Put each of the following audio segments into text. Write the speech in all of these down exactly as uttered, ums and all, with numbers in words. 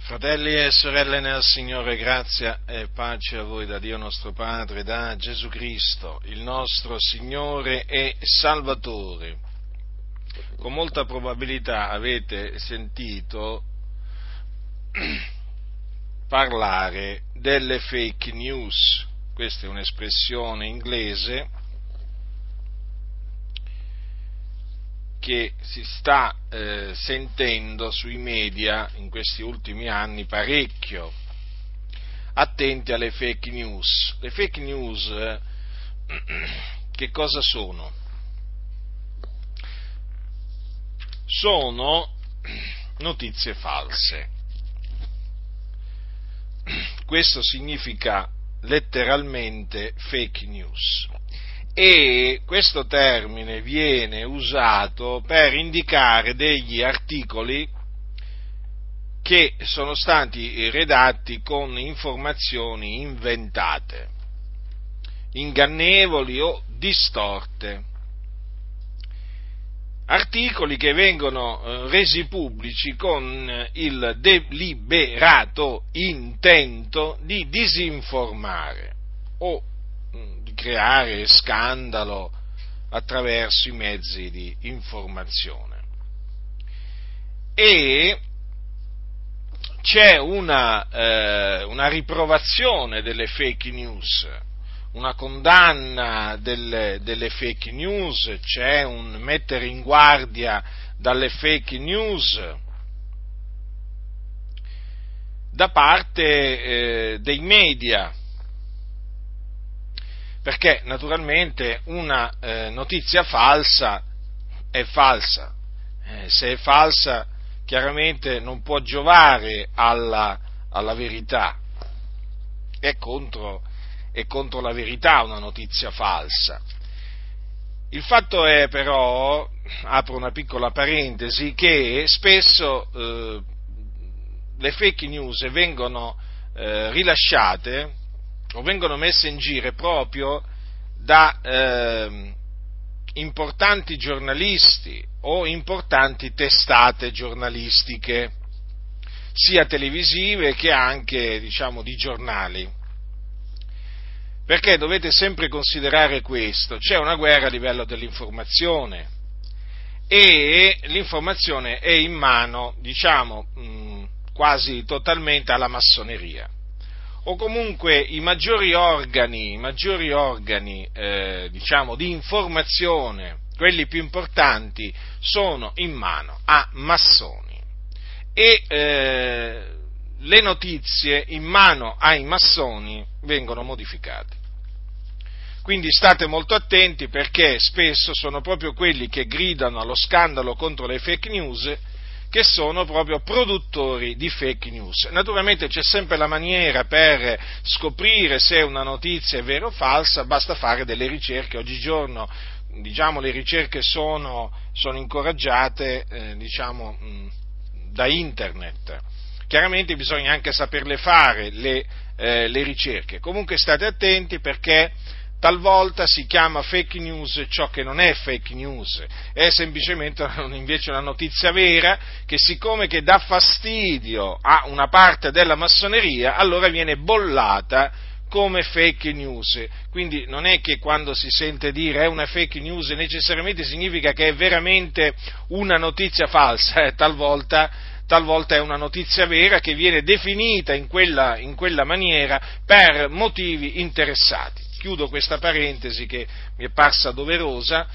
Fratelli e sorelle nel Signore, grazia e pace a voi da Dio nostro Padre, da Gesù Cristo, il nostro Signore e Salvatore. Con molta probabilità avete sentito parlare delle fake news. Questa è un'espressione inglese che si sta eh, sentendo sui media in questi ultimi anni parecchio. Attenti alle fake news. Le fake news eh, che cosa sono? Sono notizie false. Questo significa letteralmente fake news. E questo termine viene usato per indicare degli articoli che sono stati redatti con informazioni inventate, ingannevoli o distorte. Articoli che vengono resi pubblici con il deliberato intento di disinformare o di creare scandalo attraverso i mezzi di informazione. E c'è una, eh, una riprovazione delle fake news, una condanna delle, delle fake news, c'è un mettere in guardia dalle fake news da parte eh, dei media. Perché naturalmente una eh, notizia falsa è falsa, eh, se è falsa chiaramente non può giovare alla, alla verità, è contro, è contro la verità una notizia falsa. Il fatto è però, apro una piccola parentesi, che spesso eh, le fake news vengono eh, rilasciate o vengono messe in giro proprio da eh, importanti giornalisti o importanti testate giornalistiche, sia televisive che anche, diciamo, di giornali. Perché dovete sempre considerare questo: c'è una guerra a livello dell'informazione e l'informazione è in mano, diciamo, mh, quasi totalmente alla massoneria. O comunque i maggiori organi, i maggiori organi eh, diciamo, di informazione, quelli più importanti, sono in mano a massoni e eh, le notizie in mano ai massoni vengono modificate. Quindi state molto attenti, perché spesso sono proprio quelli che gridano allo scandalo contro le fake news che sono proprio produttori di fake news. Naturalmente c'è sempre la maniera per scoprire se una notizia è vera o falsa, basta fare delle ricerche. Oggigiorno, diciamo, le ricerche sono, sono incoraggiate, eh, diciamo, mh, da internet. Chiaramente bisogna anche saperle fare le, eh, le ricerche. Comunque state attenti, perché talvolta si chiama fake news ciò che non è fake news, è semplicemente invece una notizia vera che, siccome che dà fastidio a una parte della massoneria, allora viene bollata come fake news. Quindi non è che quando si sente dire è una fake news necessariamente significa che è veramente una notizia falsa, eh, talvolta talvolta è una notizia vera che viene definita in quella, in quella maniera per motivi interessati. Chiudo questa parentesi che mi è parsa doverosa,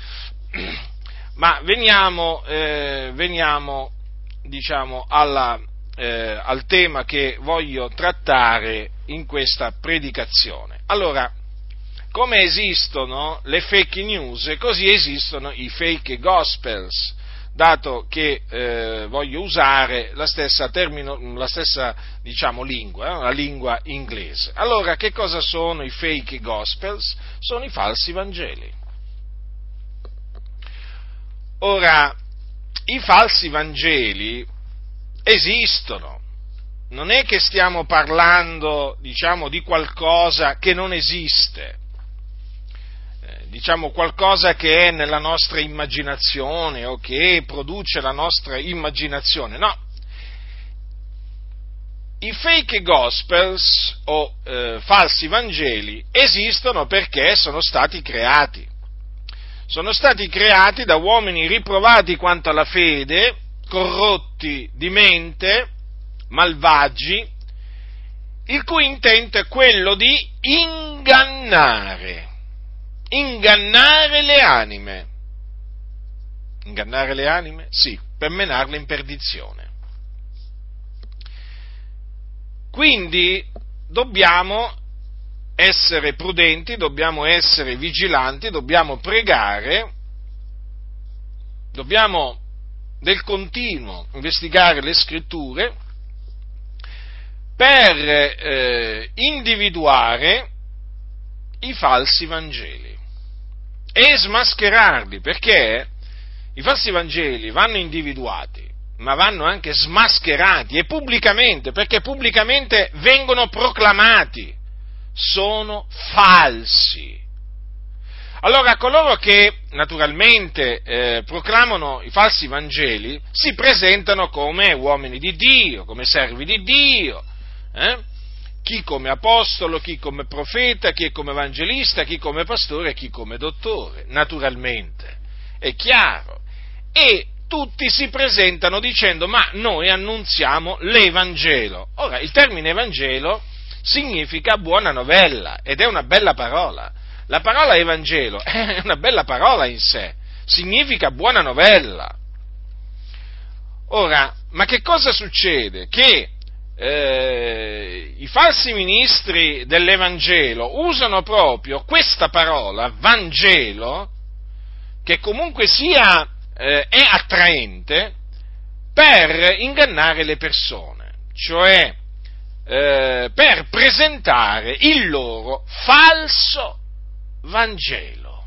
ma veniamo, eh, veniamo diciamo, alla, eh, al tema che voglio trattare in questa predicazione. Allora, come esistono le fake news, così esistono i fake gospels, dato che eh, voglio usare la stessa, termino, la stessa diciamo, lingua, eh, la lingua inglese. Allora, che cosa sono i fake gospels? Sono i falsi vangeli. Ora, i falsi vangeli esistono, non è che stiamo parlando, diciamo, di qualcosa che non esiste, diciamo qualcosa che è nella nostra immaginazione o che produce la nostra immaginazione, no. i fake gospels o eh, falsi vangeli esistono perché sono stati creati. Sono stati creati da uomini riprovati quanto alla fede, corrotti di mente, malvagi, il cui intento è quello di ingannare, ingannare le anime. Ingannare le anime? Sì, per menarle in perdizione. Quindi dobbiamo essere prudenti, dobbiamo essere vigilanti, dobbiamo pregare, dobbiamo del continuo investigare le Scritture per eh, individuare i falsi Vangeli e smascherarli, perché i falsi Vangeli vanno individuati, ma vanno anche smascherati, e pubblicamente, perché pubblicamente vengono proclamati, sono falsi. Allora, coloro che naturalmente eh, proclamano i falsi Vangeli si presentano come uomini di Dio, come servi di Dio, eh? Chi come apostolo, chi come profeta, chi come evangelista, chi come pastore, chi come dottore, naturalmente, è chiaro. E tutti si presentano dicendo: ma noi annunziamo l'Evangelo. Ora, il termine Evangelo significa buona novella, ed è una bella parola. La parola Evangelo è una bella parola in sé, significa buona novella. Ora, ma che cosa succede? Che eh, i falsi ministri dell'Evangelo usano proprio questa parola, Vangelo, che comunque sia eh, è attraente, per ingannare le persone, cioè eh, per presentare il loro falso Vangelo.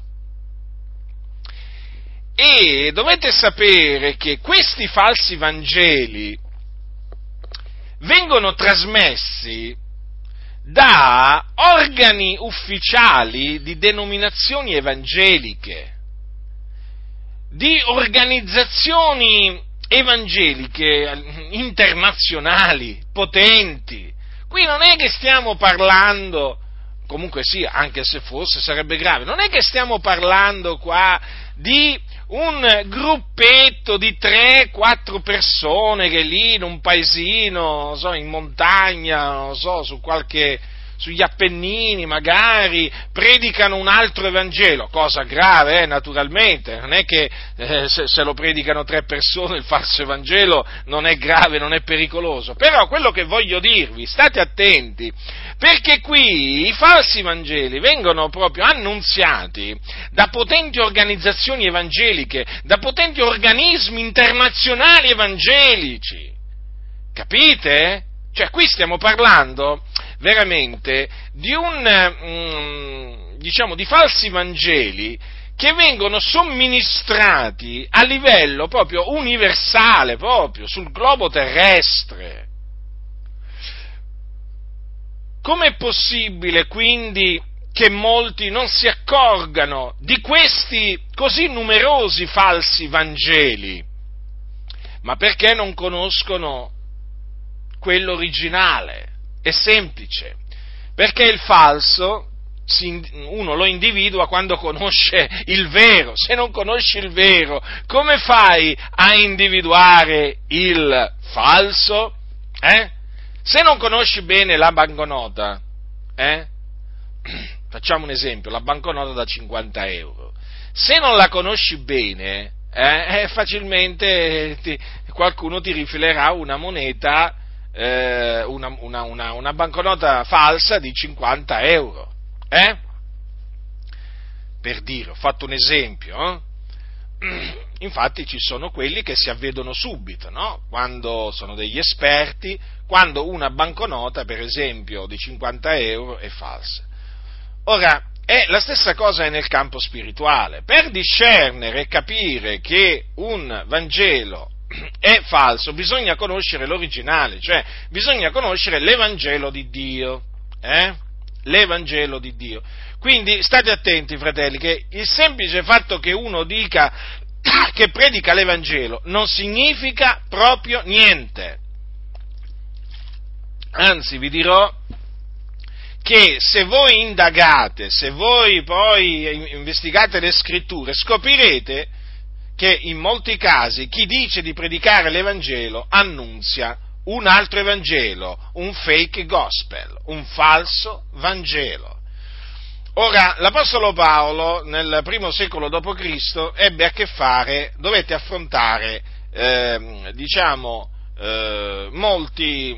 E dovete sapere che questi falsi Vangeli vengono trasmessi da organi ufficiali di denominazioni evangeliche, di organizzazioni evangeliche internazionali, potenti. Qui non è che stiamo parlando, comunque sì, anche se fosse sarebbe grave, non è che stiamo parlando qua di un gruppetto di tre quattro persone che lì in un paesino, non so, in montagna, non so, su qualche, sugli Appennini magari, predicano un altro Evangelo, cosa grave, eh, naturalmente, non è che eh, se, se lo predicano tre persone il falso Evangelo non è grave, non è pericoloso, però quello che voglio dirvi, state attenti, perché qui i falsi Vangeli vengono proprio annunziati da potenti organizzazioni evangeliche, da potenti organismi internazionali evangelici, capite? Cioè qui stiamo parlando veramente di un, diciamo, di falsi Vangeli che vengono somministrati a livello proprio universale, proprio sul globo terrestre. Com'è possibile quindi che molti non si accorgano di questi così numerosi falsi Vangeli? Ma perché non conoscono quello originale? È semplice, perché il falso uno lo individua quando conosce il vero. Se non conosci il vero, come fai a individuare il falso? Eh? Se non conosci bene la banconota, eh? Facciamo un esempio, la banconota da cinquanta euro, se non la conosci bene, eh, facilmente ti, qualcuno ti rifilerà una moneta, eh, una, una, una, una banconota falsa di cinquanta euro, eh? Per dire, ho fatto un esempio, eh? Infatti ci sono quelli che si avvedono subito, no? Quando sono degli esperti, quando una banconota, per esempio, di cinquanta euro è falsa. Ora, è la stessa cosa è nel campo spirituale. Per discernere e capire che un Vangelo è falso, bisogna conoscere l'originale, cioè bisogna conoscere l'Evangelo di Dio, eh? L'Evangelo di Dio. Quindi state attenti, fratelli, che il semplice fatto che uno dica che predica l'Evangelo non significa proprio niente. anzi vi dirò che se voi indagate, se voi poi investigate le scritture, scoprirete che in molti casi chi dice di predicare l'Evangelo annunzia un altro Evangelo, un fake gospel, un falso Vangelo. Ora, l'Apostolo Paolo, nel primo secolo dopo Cristo, ebbe a che fare, dovette affrontare, eh, diciamo, eh, molti,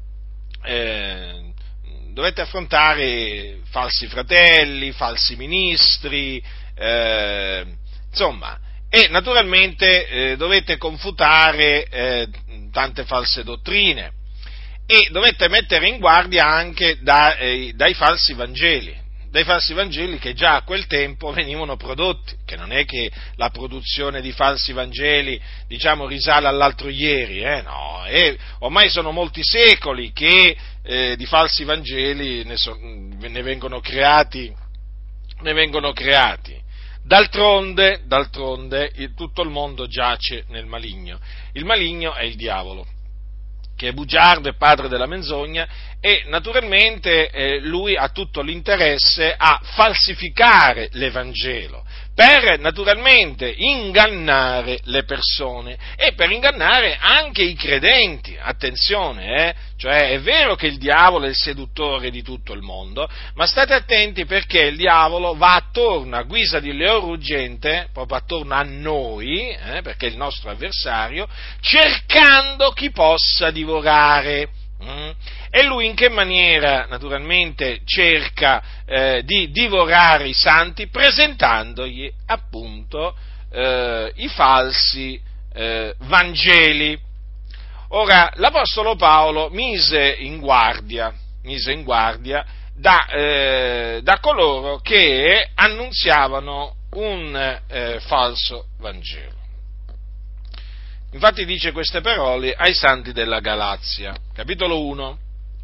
eh, dovette affrontare falsi fratelli, falsi ministri, eh, insomma, e naturalmente eh, dovette confutare eh, tante false dottrine e dovette mettere in guardia anche da, eh, dai falsi Vangeli. dai falsi Vangeli che già a quel tempo venivano prodotti, che non è che la produzione di falsi Vangeli, diciamo, risale all'altro ieri, eh, no, e ormai sono molti secoli che eh, di falsi Vangeli ne, so, ne vengono creati, ne vengono creati. D'altronde, d'altronde, tutto il mondo giace nel maligno. Il maligno è il diavolo, che è bugiardo e padre della menzogna, e naturalmente eh, lui ha tutto l'interesse a falsificare l'Evangelo, per naturalmente ingannare le persone e per ingannare anche i credenti. Attenzione, eh? Cioè è vero che il diavolo è il seduttore di tutto il mondo, ma state attenti, perché il diavolo va attorno a guisa di leone ruggente, proprio attorno a noi, eh, perché è il nostro avversario, cercando chi possa divorare. Mm? E lui in che maniera naturalmente cerca eh, di divorare i santi? Presentandogli appunto eh, i falsi eh, Vangeli. Ora, l'Apostolo Paolo mise in guardia, mise in guardia da, eh, da coloro che annunziavano un eh, falso Vangelo. Infatti dice queste parole ai santi della Galazia, capitolo uno,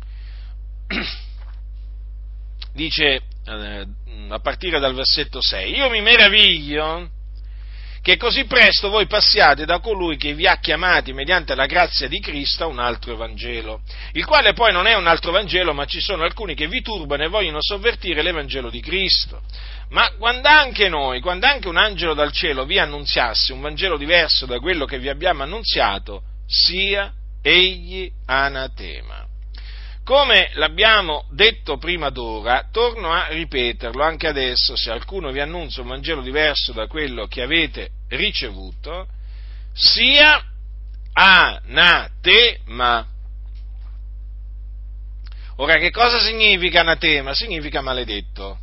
dice eh, a partire dal versetto sei: io mi meraviglio che così presto voi passiate da colui che vi ha chiamati mediante la grazia di Cristo a un altro Evangelo, il quale poi non è un altro Vangelo, ma ci sono alcuni che vi turbano e vogliono sovvertire l'Evangelo di Cristo. Ma quando anche noi, quando anche un angelo dal cielo vi annunziasse un Vangelo diverso da quello che vi abbiamo annunziato, sia egli anatema. Come l'abbiamo detto prima d'ora, torno a ripeterlo anche adesso: se qualcuno vi annuncia un Vangelo diverso da quello che avete ricevuto, sia anatema. Ora, che cosa significa anatema? Significa maledetto.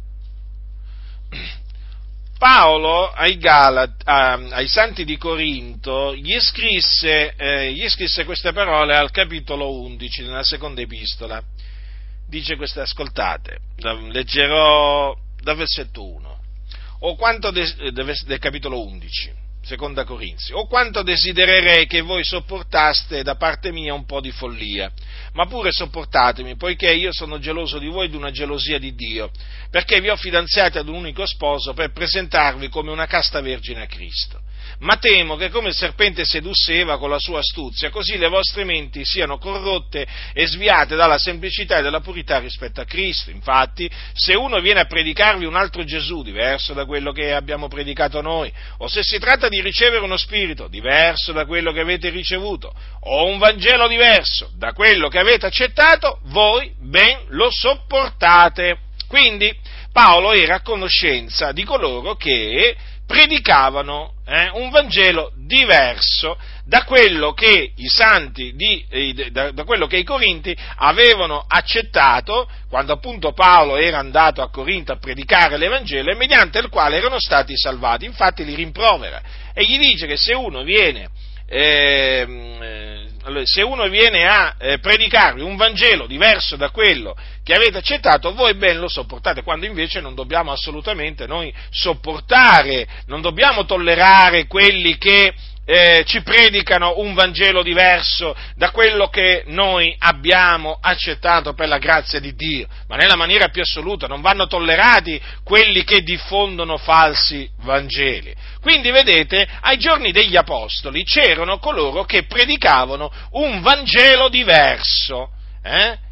Paolo ai, Galat, ai santi di Corinto gli scrisse, eh, gli scrisse queste parole al capitolo undici, nella seconda epistola. Dice queste, ascoltate, leggerò dal versetto uno, o quanto de, de, del capitolo undici, seconda Corinzi, o quanto desidererei che voi sopportaste da parte mia un po' di follia, ma pure sopportatemi, poiché io sono geloso di voi d'una gelosia di Dio, perché vi ho fidanzati ad un unico sposo per presentarvi come una casta vergine a Cristo. Ma temo che come il serpente sedusse Eva con la sua astuzia, così le vostre menti siano corrotte e sviate dalla semplicità e dalla purità rispetto a Cristo. Infatti, se uno viene a predicarvi un altro Gesù, diverso da quello che abbiamo predicato noi, o se si tratta di ricevere uno spirito, diverso da quello che avete ricevuto, o un Vangelo diverso da quello che avete accettato, voi ben lo sopportate. Quindi, Paolo era a conoscenza di coloro che predicavano eh, un Vangelo diverso da quello che i santi, di, eh, da, da quello che i Corinti avevano accettato quando appunto Paolo era andato a Corinto a predicare l'Evangelo, e mediante il quale erano stati salvati. Infatti li rimprovera e gli dice che se uno viene eh, se uno viene a eh, predicarvi un Vangelo diverso da quello che avete accettato, voi ben lo sopportate, quando invece non dobbiamo assolutamente noi sopportare, non dobbiamo tollerare quelli che eh, ci predicano un Vangelo diverso da quello che noi abbiamo accettato per la grazia di Dio, ma nella maniera più assoluta. Non vanno tollerati quelli che diffondono falsi Vangeli. Quindi vedete, ai giorni degli Apostoli c'erano coloro che predicavano un Vangelo diverso, eh?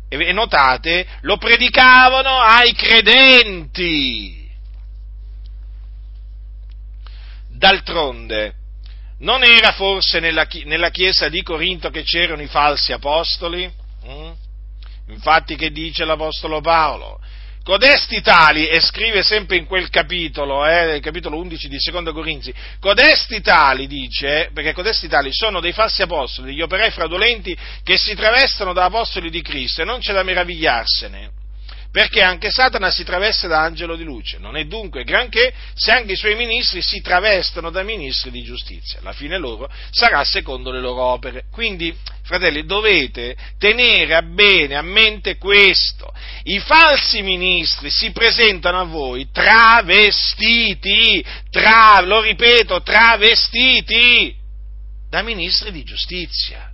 e notate, lo predicavano ai credenti. D'altronde, non era forse nella, nella chiesa di Corinto che c'erano i falsi apostoli? Mm? Infatti che dice l'apostolo Paolo? Codesti tali, e scrive sempre in quel capitolo, eh, capitolo undici di seconda Corinzi, codesti tali, dice, perché codesti tali sono dei falsi apostoli, degli operai fraudolenti che si travestono da apostoli di Cristo, e non c'è da meravigliarsene, perché anche Satana si traveste da angelo di luce. Non è dunque granché se anche i suoi ministri si travestono da ministri di giustizia. La fine loro sarà secondo le loro opere. Quindi, fratelli, dovete tenere a bene a mente questo. I falsi ministri si presentano a voi travestiti, tra, lo ripeto, travestiti da ministri di giustizia.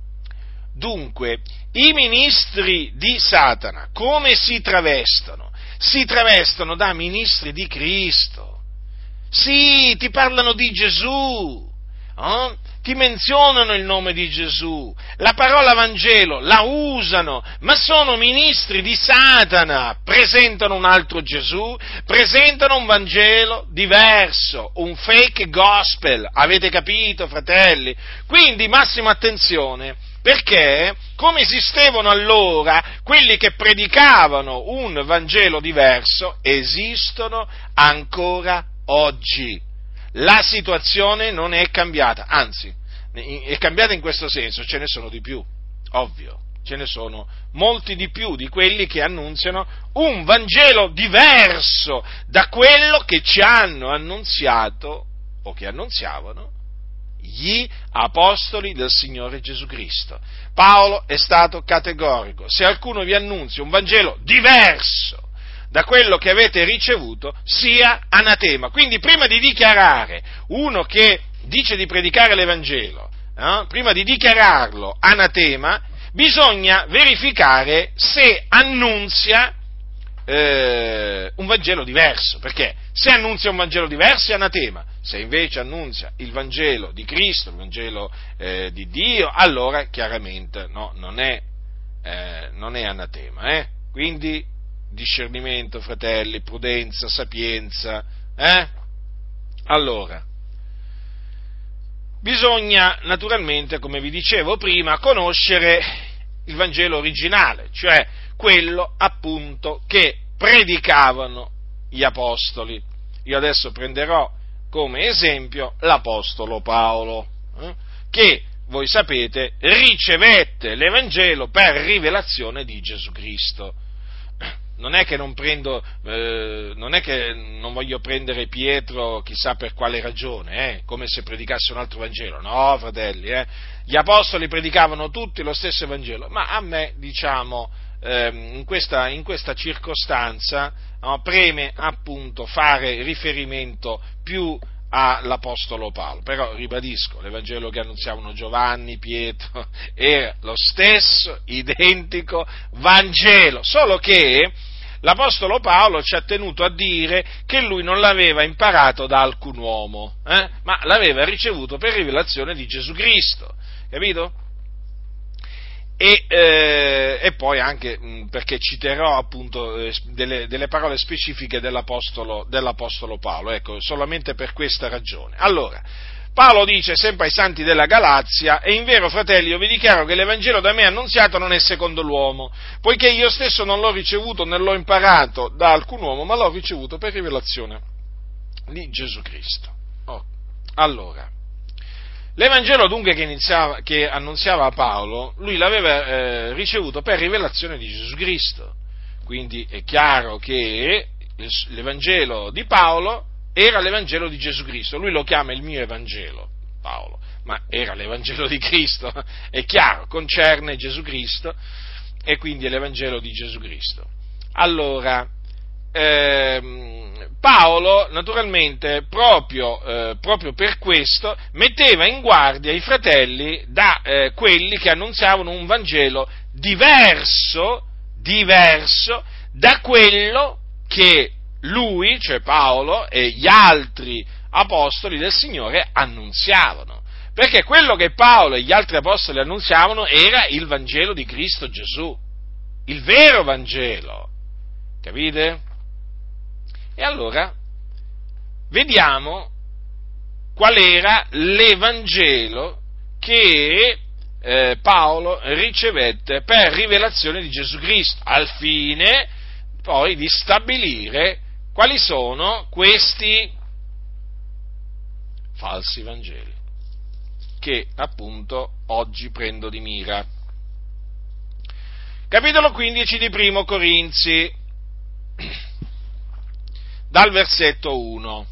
Dunque, i ministri di Satana come si travestono? Si travestono da ministri di Cristo. Sì, ti parlano di Gesù, eh? Ti menzionano il nome di Gesù, la parola Vangelo la usano, ma sono ministri di Satana, presentano un altro Gesù, presentano un Vangelo diverso, un fake gospel, avete capito, fratelli? Quindi massima attenzione, perché come esistevano allora quelli che predicavano un Vangelo diverso, esistono ancora oggi. La situazione non è cambiata, anzi, è cambiata in questo senso, ce ne sono di più, ovvio, ce ne sono molti di più di quelli che annunziano un Vangelo diverso da quello che ci hanno annunziato o che annunziavano gli apostoli del Signore Gesù Cristo. Paolo è stato categorico: se qualcuno vi annunzia un Vangelo diverso da quello che avete ricevuto, sia anatema. Quindi prima di dichiarare uno che dice di predicare l'Evangelo, eh, prima di dichiararlo anatema, bisogna verificare se annunzia eh, un Vangelo diverso, perché se annunzia un Vangelo diverso è anatema, se invece annunzia il Vangelo di Cristo, il Vangelo eh, di Dio, allora chiaramente no, non è, eh, non è anatema. Eh? Quindi discernimento, fratelli, prudenza, sapienza. Eh? Allora, bisogna naturalmente, come vi dicevo prima, conoscere il Vangelo originale, cioè quello appunto che predicavano gli apostoli. Io adesso prenderò come esempio l'apostolo Paolo, eh, che voi sapete ricevette l'Evangelo per rivelazione di Gesù Cristo. Non è che non prendo, eh, non è che non voglio prendere Pietro chissà per quale ragione, eh, come se predicasse un altro Vangelo. No, fratelli, eh, gli apostoli predicavano tutti lo stesso Vangelo, ma a me, diciamo, eh, in questa, in questa circostanza, no, preme appunto fare riferimento più all'apostolo Paolo. Però ribadisco, l'Evangelo che annunziavano Giovanni, Pietro, era lo stesso identico Vangelo, solo che l'apostolo Paolo ci ha tenuto a dire che lui non l'aveva imparato da alcun uomo, eh? ma l'aveva ricevuto per rivelazione di Gesù Cristo, capito? E, eh, e poi anche mh, perché citerò appunto eh, delle, delle parole specifiche dell'apostolo, dell'apostolo Paolo, ecco, solamente per questa ragione. Allora, Paolo dice sempre ai santi della Galazia: e in vero, fratelli, io vi dichiaro che l'Evangelo da me annunziato non è secondo l'uomo, poiché io stesso non l'ho ricevuto né l'ho imparato da alcun uomo, ma l'ho ricevuto per rivelazione di Gesù Cristo. Oh, allora, l'Evangelo dunque che, iniziava, che annunziava Paolo, lui l'aveva eh, ricevuto per rivelazione di Gesù Cristo, quindi è chiaro che l'Evangelo di Paolo era l'Evangelo di Gesù Cristo. Lui lo chiama il mio Evangelo, Paolo, ma era l'Evangelo di Cristo, è chiaro, concerne Gesù Cristo e quindi è l'Evangelo di Gesù Cristo. Allora, ehm, Paolo naturalmente proprio, eh, proprio per questo metteva in guardia i fratelli da eh, quelli che annunziavano un Vangelo diverso, diverso da quello che lui, cioè Paolo, e gli altri apostoli del Signore annunziavano, perché quello che Paolo e gli altri apostoli annunziavano era il Vangelo di Cristo Gesù, il vero Vangelo, capite? E allora vediamo qual era l'Evangelo che eh, Paolo ricevette per rivelazione di Gesù Cristo, al fine poi di stabilire quali sono questi falsi Vangeli che appunto oggi prendo di mira. Capitolo quindici di Primo Corinzi, dal versetto uno.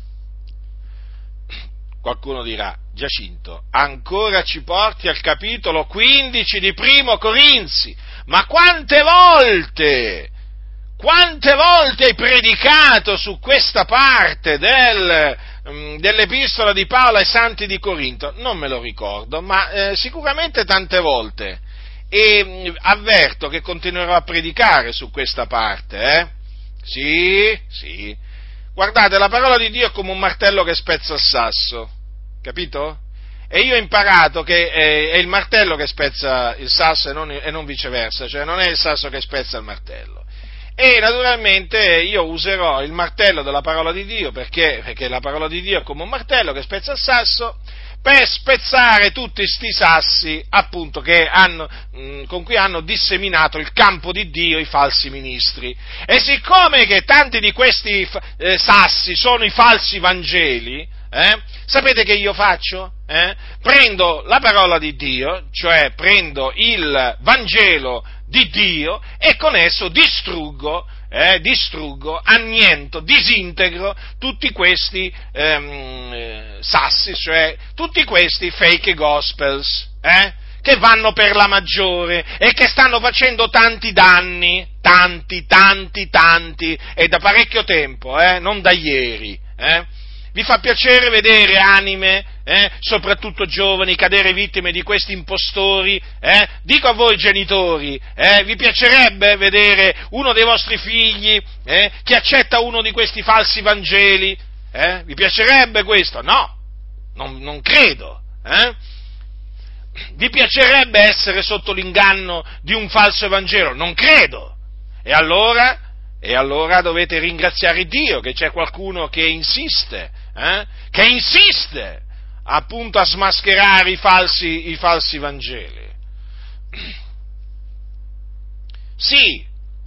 Qualcuno dirà: Giacinto, ancora ci porti al capitolo quindici di Primo Corinzi? Ma quante volte, quante volte hai predicato su questa parte del, um, dell'epistola di Paolo ai santi di Corinto? Non me lo ricordo, ma eh, sicuramente tante volte. E mh, avverto che continuerò a predicare su questa parte, eh? Sì, sì. Guardate, la parola di Dio è come un martello che spezza il sasso, capito? E io ho imparato che è il martello che spezza il sasso e non, e non viceversa, cioè non è il sasso che spezza il martello. E naturalmente io userò il martello della parola di Dio, perché, perché la parola di Dio è come un martello che spezza il sasso, per spezzare tutti sti sassi, appunto, che hanno, mh, con cui hanno disseminato il campo di Dio i falsi ministri. E siccome che tanti di questi eh, sassi sono i falsi Vangeli, eh, sapete che io faccio? Eh? Prendo la parola di Dio, cioè prendo il Vangelo di Dio e con esso distruggo, eh, distruggo, anniento, disintegro tutti questi ehm, sassi, cioè tutti questi fake gospels, eh, che vanno per la maggiore e che stanno facendo tanti danni, tanti, tanti, tanti, e da parecchio tempo, eh, non da ieri, eh. Vi fa piacere vedere anime, eh, soprattutto giovani, cadere vittime di questi impostori? Eh? Dico a voi genitori, eh, vi piacerebbe vedere uno dei vostri figli eh, che accetta uno di questi falsi Vangeli? Eh? Vi piacerebbe questo? No, non, non credo. Eh? Vi piacerebbe essere sotto l'inganno di un falso Vangelo? Non credo. E allora... E allora dovete ringraziare Dio che c'è qualcuno che insiste, eh? che insiste appunto a smascherare i falsi, i falsi Vangeli. Sì,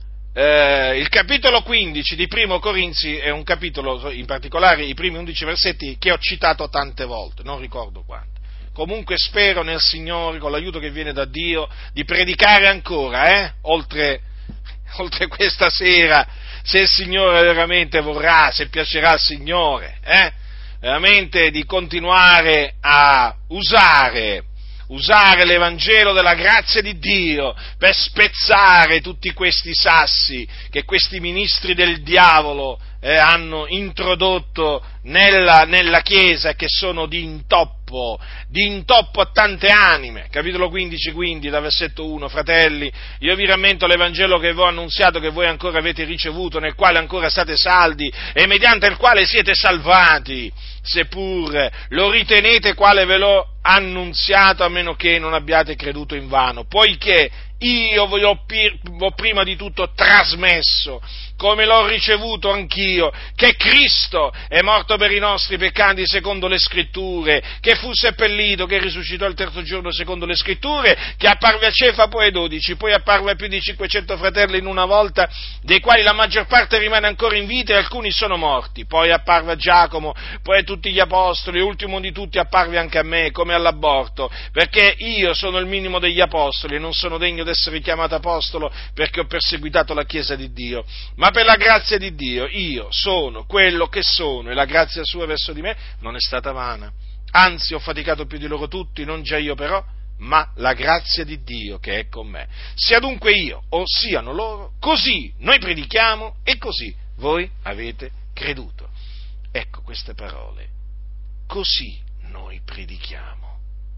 eh, il capitolo quindici di Primo Corinzi è un capitolo, in particolare i primi undici versetti, che ho citato tante volte, non ricordo quante. Comunque spero nel Signore, con l'aiuto che viene da Dio, di predicare ancora, eh? oltre... oltre questa sera, se il Signore veramente vorrà, se piacerà al Signore, eh, veramente di continuare a usare, usare l'Evangelo della grazia di Dio per spezzare tutti questi sassi che questi ministri del diavolo eh, hanno introdotto nella, nella Chiesa e che sono di intoppo, di intoppo a tante anime. Capitolo quindici, quindi, da versetto uno, fratelli, io vi rammento l'Evangelo che vi ho annunziato, che voi ancora avete ricevuto, nel quale ancora state saldi e mediante il quale siete salvati, seppur lo ritenete quale ve l'ho annunziato, a meno che non abbiate creduto invano, poiché io vi ho, ho prima di tutto trasmesso, come l'ho ricevuto anch'io, che Cristo è morto per i nostri peccati secondo le Scritture, che fu seppellito, che risuscitò il terzo giorno secondo le Scritture, che apparve a Cefa, poi ai dodici, poi apparve a più di cinquecento fratelli in una volta, dei quali la maggior parte rimane ancora in vita e alcuni sono morti, poi apparve a Giacomo, poi a tutti gli apostoli, e ultimo di tutti apparve anche a me, come all'aborto, perché io sono il minimo degli apostoli e non sono degno di essere chiamato apostolo perché ho perseguitato la Chiesa di Dio, ma per la grazia di Dio io sono quello che sono e la grazia sua verso di me non è stata vana, anzi ho faticato più di loro tutti, non già io però, ma la grazia di Dio che è con me. Sia dunque io o siano loro, così noi predichiamo e così voi avete creduto. Ecco queste parole, così noi predichiamo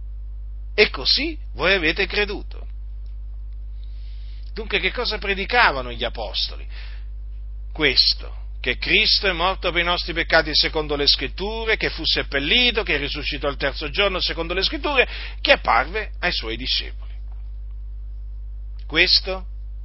e così voi avete creduto. Dunque che cosa predicavano gli apostoli? Questo, che Cristo è morto per i nostri peccati secondo le Scritture, che fu seppellito, che risuscitò il terzo giorno secondo le Scritture, che apparve ai suoi discepoli. Questo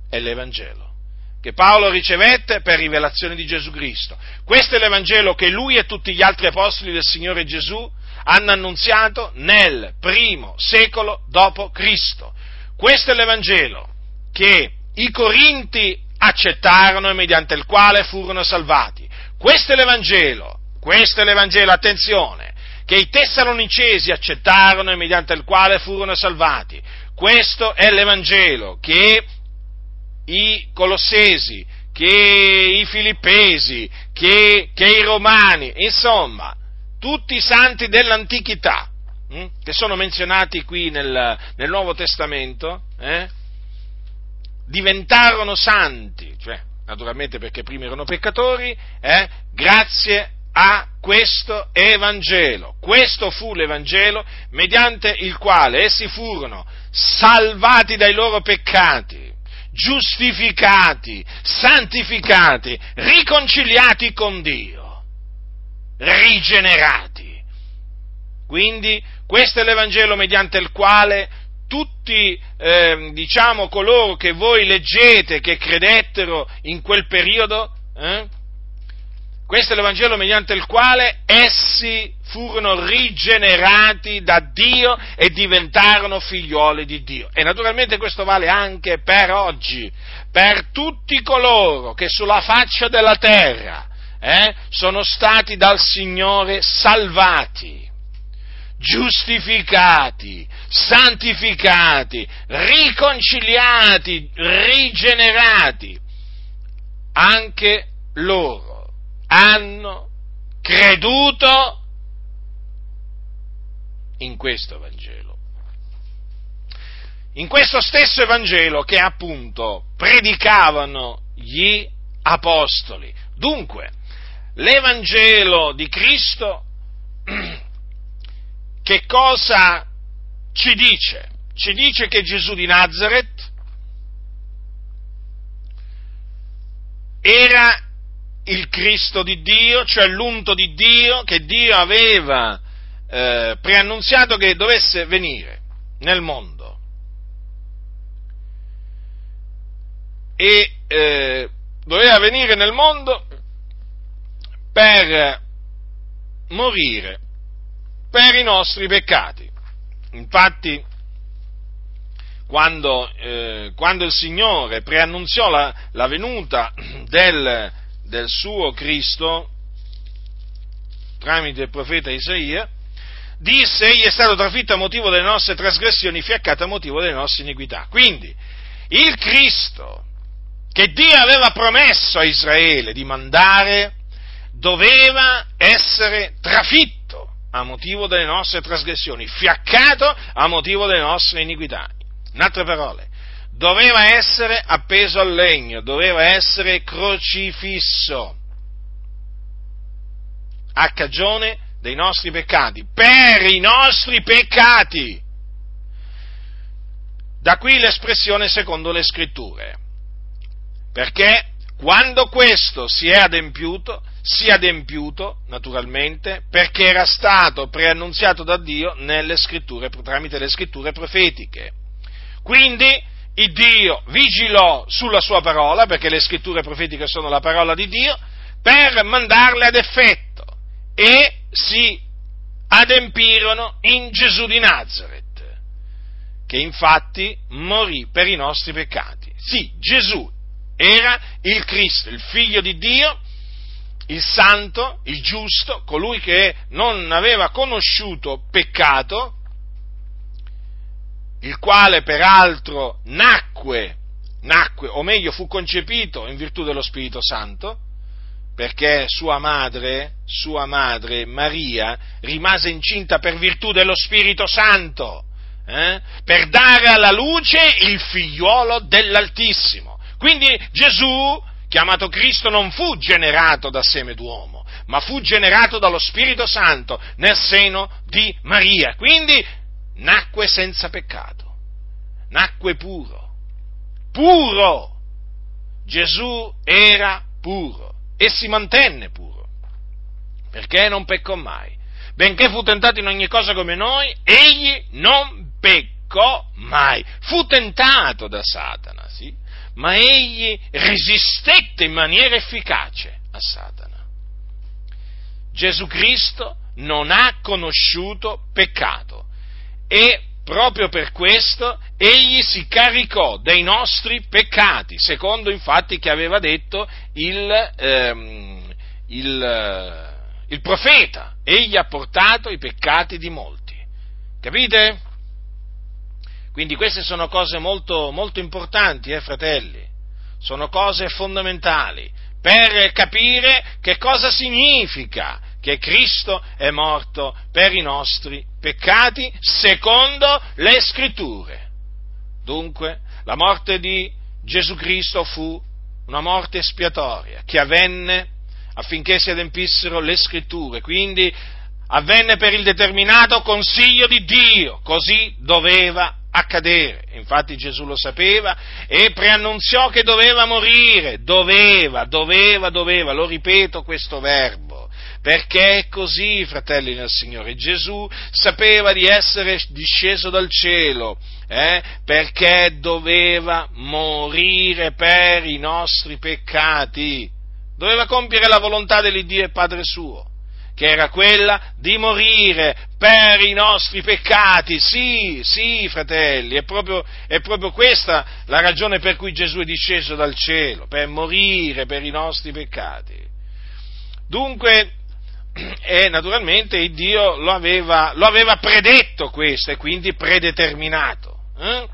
è l'Evangelo che Paolo ricevette per rivelazione di Gesù Cristo. Questo è l'Evangelo che lui e tutti gli altri apostoli del Signore Gesù hanno annunziato nel primo secolo dopo Cristo. Questo è l'Evangelo che i Corinti accettarono e mediante il quale furono salvati. Questo è l'Evangelo, questo è l'Evangelo, attenzione, che i Tessalonicesi accettarono e mediante il quale furono salvati. Questo è l'Evangelo che i Colossesi, che i Filippesi, che, che i Romani, insomma, tutti i santi dell'antichità, hm, che sono menzionati qui nel, nel Nuovo Testamento, eh, diventarono santi, cioè, naturalmente perché prima erano peccatori, eh, grazie a questo Evangelo. Questo fu l'Evangelo mediante il quale essi furono salvati dai loro peccati, giustificati, santificati, riconciliati con Dio, rigenerati. Quindi questo è l'Evangelo mediante il quale tutti, eh, diciamo, coloro che voi leggete, che credettero in quel periodo, eh, questo è l'Evangelo mediante il quale essi furono rigenerati da Dio e diventarono figlioli di Dio. E naturalmente questo vale anche per oggi, per tutti coloro che sulla faccia della terra eh, sono stati dal Signore salvati, giustificati, santificati, riconciliati, rigenerati. Anche loro hanno creduto in questo Vangelo, in questo stesso Evangelo che appunto predicavano gli apostoli. Dunque, l'Evangelo di Cristo che cosa ci dice? Ci dice che Gesù di Nazaret era il Cristo di Dio, cioè l'unto di Dio, che Dio aveva eh, preannunziato che dovesse venire nel mondo. E eh, doveva venire nel mondo per morire per i nostri peccati. Infatti, quando, eh, quando il Signore preannunziò la, la venuta del del suo Cristo, tramite il profeta Isaia, disse: egli è stato trafitto a motivo delle nostre trasgressioni, fiaccato a motivo delle nostre iniquità. Quindi, il Cristo che Dio aveva promesso a Israele di mandare, doveva essere trafitto a motivo delle nostre trasgressioni, fiaccato a motivo delle nostre iniquità. In altre parole, doveva essere appeso al legno, doveva essere crocifisso a cagione dei nostri peccati, per i nostri peccati. Da qui l'espressione secondo le Scritture, perché quando questo si è adempiuto, si è adempiuto naturalmente perché era stato preannunziato da Dio nelle Scritture, tramite le Scritture profetiche. Quindi il Dio vigilò sulla sua parola, perché le scritture profetiche sono la parola di Dio, per mandarle ad effetto, e si adempirono in Gesù di Nazaret, che infatti morì per i nostri peccati. Sì, Gesù era il Cristo, il Figlio di Dio, il Santo, il Giusto, colui che non aveva conosciuto peccato, il quale peraltro nacque, nacque, o meglio fu concepito in virtù dello Spirito Santo, perché sua madre, sua madre Maria, rimase incinta per virtù dello Spirito Santo, eh, per dare alla luce il figliuolo dell'Altissimo. Quindi Gesù, chiamato Cristo, non fu generato da seme d'uomo, ma fu generato dallo Spirito Santo nel seno di Maria. Quindi nacque senza peccato, nacque puro, puro. Gesù era puro e si mantenne puro, perché non peccò mai. Benché fu tentato in ogni cosa come noi, egli non peccò. peccò mai. Fu tentato da Satana, sì, ma egli resistette in maniera efficace a Satana. Gesù Cristo non ha conosciuto peccato e proprio per questo egli si caricò dei nostri peccati, secondo infatti che aveva detto il, ehm, il, il profeta. Egli ha portato i peccati di molti. Capite? Quindi queste sono cose molto, molto importanti, eh, fratelli. Sono cose fondamentali per capire che cosa significa che Cristo è morto per i nostri peccati secondo le Scritture. Dunque, la morte di Gesù Cristo fu una morte espiatoria che avvenne affinché si adempissero le Scritture, quindi avvenne per il determinato consiglio di Dio, così doveva accadere. Infatti Gesù lo sapeva e preannunziò che doveva morire, doveva, doveva, doveva, lo ripeto questo verbo, perché è così, fratelli nel Signore. Gesù sapeva di essere disceso dal cielo, eh, perché doveva morire per i nostri peccati, doveva compiere la volontà dell'Iddio e Padre suo, che era quella di morire per i nostri peccati. Sì, sì, fratelli, è proprio, è proprio questa la ragione per cui Gesù è disceso dal cielo, per morire per i nostri peccati. Dunque, e naturalmente il Dio lo aveva, lo aveva predetto questo e quindi predeterminato, eh?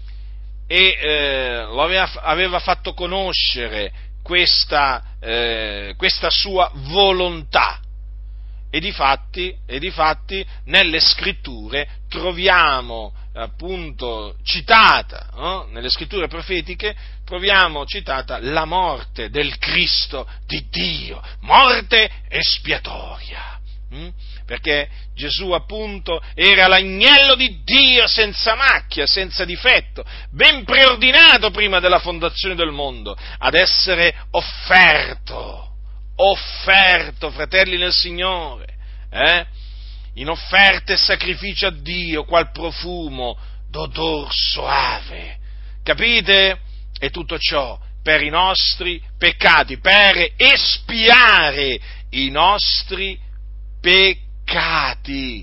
e eh, lo aveva, aveva fatto conoscere questa, eh, questa sua volontà. E difatti, e difatti nelle Scritture troviamo appunto citata, no? Nelle Scritture profetiche troviamo citata la morte del Cristo di Dio, morte espiatoria, hm? Perché Gesù appunto era l'agnello di Dio senza macchia, senza difetto, ben preordinato prima della fondazione del mondo, ad essere offerto. offerto, fratelli nel Signore, eh? in offerta e sacrificio a Dio, qual profumo d'odor soave, capite? E tutto ciò per i nostri peccati, per espiare i nostri peccati.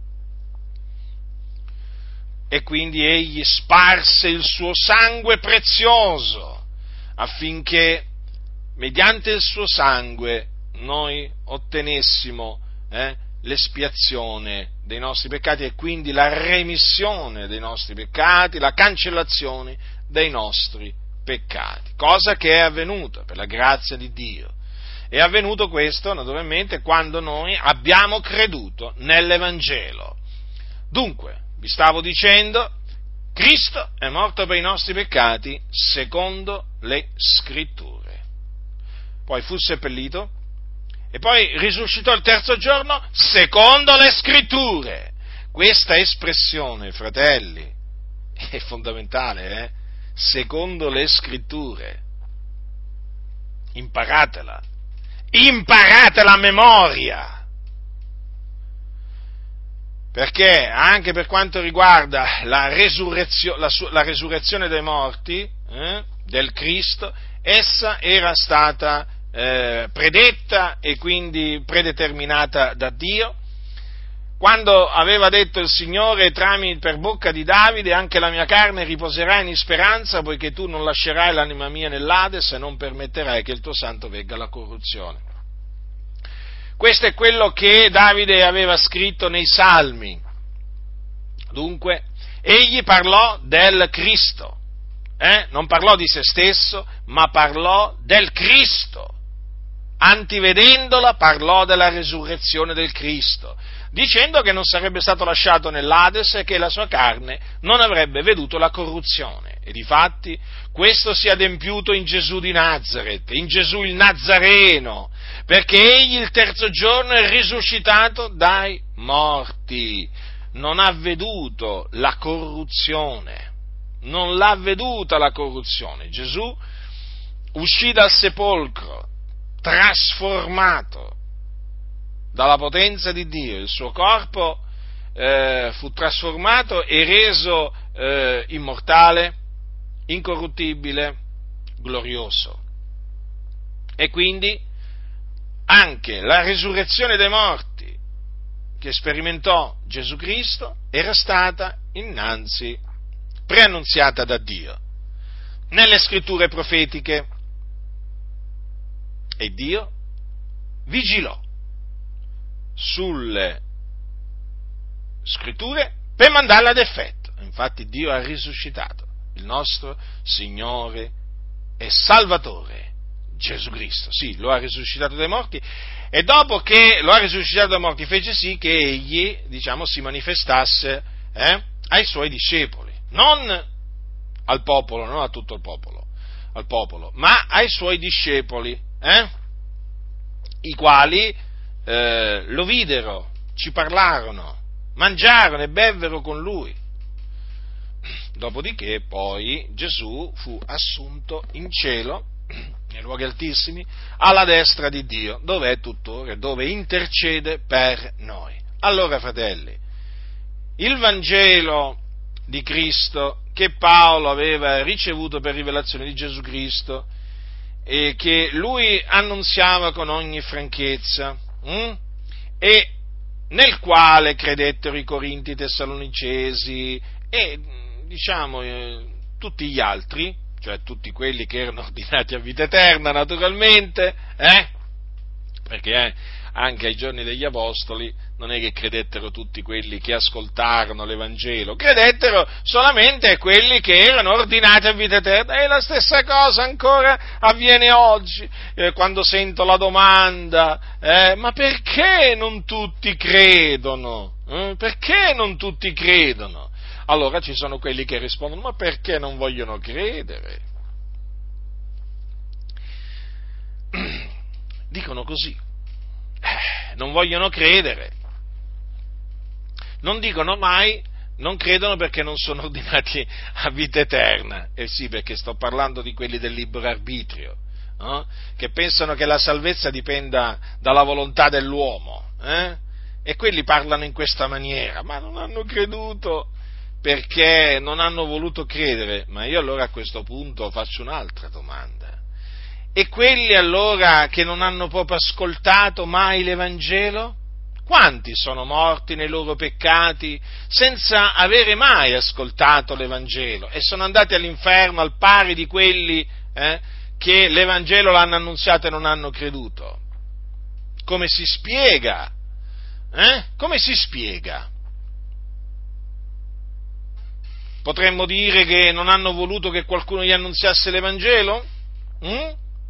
E quindi egli sparse il suo sangue prezioso affinché mediante il suo sangue noi ottenessimo eh, l'espiazione dei nostri peccati e quindi la remissione dei nostri peccati, la cancellazione dei nostri peccati, cosa che è avvenuta per la grazia di Dio. È avvenuto questo naturalmente quando noi abbiamo creduto nell'Evangelo. Dunque, vi stavo dicendo, Cristo è morto per i nostri peccati secondo le Scritture. Poi fu seppellito e poi risuscitò il terzo giorno secondo le Scritture. Questa espressione, fratelli, è fondamentale, eh? Secondo le Scritture. Imparatela, imparatela a memoria, perché anche per quanto riguarda la resurrezione, la, la resurrezione dei morti, eh, del Cristo, essa era stata eh, predetta e quindi predeterminata da Dio, quando aveva detto il Signore tramite per bocca di Davide: anche la mia carne riposerà in speranza, poiché tu non lascerai l'anima mia nell'Ades e non permetterai che il tuo santo vegga alla corruzione. Questo è quello che Davide aveva scritto nei Salmi. Dunque, egli parlò del Cristo, eh? non parlò di se stesso, ma parlò del Cristo. Antivedendola, parlò della resurrezione del Cristo, dicendo che non sarebbe stato lasciato nell'Ades e che la sua carne non avrebbe veduto la corruzione. E difatti questo si è adempiuto in Gesù di Nazaret, in Gesù il Nazareno, perché egli il terzo giorno è risuscitato dai morti, non ha veduto la corruzione, non l'ha veduta la corruzione. Gesù uscì dal sepolcro trasformato dalla potenza di Dio, il suo corpo eh, fu trasformato e reso eh, immortale, incorruttibile, glorioso. E quindi anche la risurrezione dei morti che sperimentò Gesù Cristo era stata innanzi preannunziata da Dio nelle scritture profetiche, e Dio vigilò sulle scritture per mandarle ad effetto. Infatti Dio ha risuscitato il nostro Signore e Salvatore Gesù Cristo. Sì, lo ha risuscitato dai morti, e dopo che lo ha risuscitato dai morti fece sì che egli, diciamo, si manifestasse eh, ai suoi discepoli, non al popolo, non a tutto il popolo, al popolo, ma ai suoi discepoli, eh, i quali eh, lo videro, ci parlarono, mangiarono e bevvero con lui. Dopodiché poi Gesù fu assunto in cielo, nei luoghi altissimi, alla destra di Dio, dove è tuttora, dove intercede per noi. Allora, fratelli, il Vangelo di Cristo che Paolo aveva ricevuto per rivelazione di Gesù Cristo e che lui annunziava con ogni franchezza hm? e nel quale credettero i Corinti, i Tessalonicesi e diciamo eh, tutti gli altri, cioè tutti quelli che erano ordinati a vita eterna, naturalmente, eh? perché eh, anche ai giorni degli Apostoli non è che credettero tutti quelli che ascoltarono l'Evangelo, credettero solamente quelli che erano ordinati a vita eterna, e la stessa cosa ancora avviene oggi, eh, quando sento la domanda, eh, ma perché non tutti credono? Eh? Perché non tutti credono? Allora ci sono quelli che rispondono, ma perché non vogliono credere? Dicono così, eh, non vogliono credere, non dicono mai, non credono perché non sono ordinati a vita eterna. Eh sì, perché sto parlando di quelli del libero arbitrio, no? Che pensano che la salvezza dipenda dalla volontà dell'uomo, eh? E quelli parlano in questa maniera, ma non hanno creduto perché non hanno voluto credere. Ma io allora a questo punto faccio un'altra domanda. E quelli allora che non hanno proprio ascoltato mai l'Evangelo? Quanti sono morti nei loro peccati senza avere mai ascoltato l'Evangelo e sono andati all'inferno al pari di quelli eh, che l'Evangelo l'hanno annunziato e non hanno creduto? Come si spiega? Eh? Come si spiega? Potremmo dire che non hanno voluto che qualcuno gli annunziasse l'Evangelo? Mm?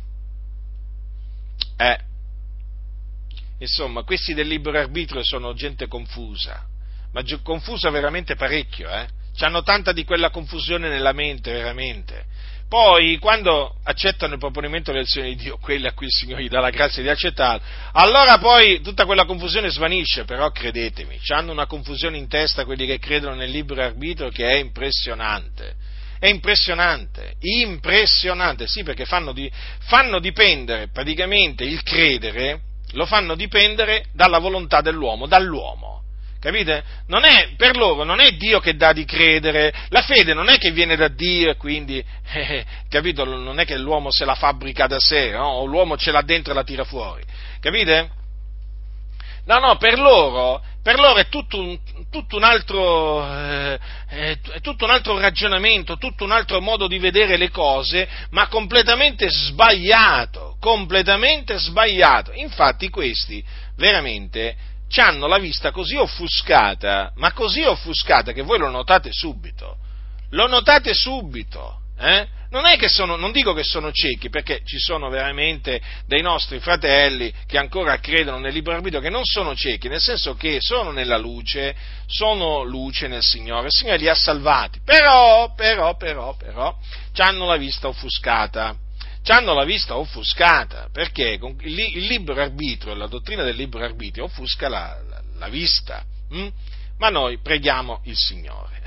Eh, insomma, questi del libero arbitrio sono gente confusa, ma gi- confusa veramente parecchio, eh? C'hanno tanta di quella confusione nella mente, veramente. Poi, quando accettano il proponimento dell'elezione di Dio, quelli a cui il Signore gli dà la grazia di accettarlo, allora poi tutta quella confusione svanisce, però credetemi, c'hanno una confusione in testa quelli che credono nel libero arbitrio che è impressionante. È impressionante, impressionante, sì, perché fanno, di, fanno dipendere praticamente il credere, lo fanno dipendere dalla volontà dell'uomo, dall'uomo, capite? Non è, per loro non è Dio che dà di credere, la fede non è che viene da Dio e quindi, eh, capito, non è che l'uomo se la fabbrica da sé, no? O l'uomo ce l'ha dentro e la tira fuori, capite? No, no, per loro, per loro è tutto un, tutto un altro, eh, è tutto un altro ragionamento, tutto un altro modo di vedere le cose, ma completamente sbagliato, completamente sbagliato. Infatti questi veramente hanno la vista così offuscata, ma così offuscata che voi lo notate subito, lo notate subito, eh? Non è che sono, non dico che sono ciechi, perché ci sono veramente dei nostri fratelli che ancora credono nel libero arbitrio, che non sono ciechi, nel senso che sono nella luce, sono luce nel Signore, il Signore li ha salvati, però, però, però, però, hanno la vista offuscata, hanno la vista offuscata, perché il libero arbitrio, la dottrina del libero arbitrio offusca la, la, la vista, hm? Ma noi preghiamo il Signore, eh?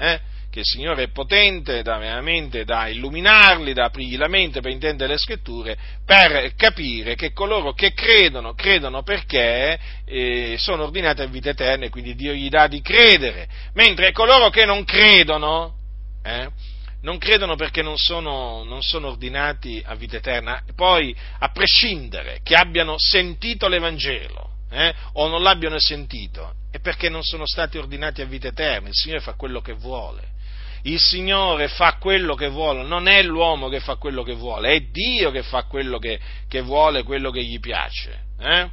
che il Signore è potente da, veramente da illuminarli, da aprirgli la mente per intendere le Scritture, per capire che coloro che credono, credono perché eh, sono ordinati a vita eterna e quindi Dio gli dà di credere, mentre coloro che non credono, eh, non credono perché non sono, non sono ordinati a vita eterna, poi a prescindere che abbiano sentito l'Evangelo eh, o non l'abbiano sentito, è perché non sono stati ordinati a vita eterna. Il Signore fa quello che vuole. Il Signore fa quello che vuole, non è l'uomo che fa quello che vuole, è Dio che fa quello che, che vuole, quello che gli piace. Eh?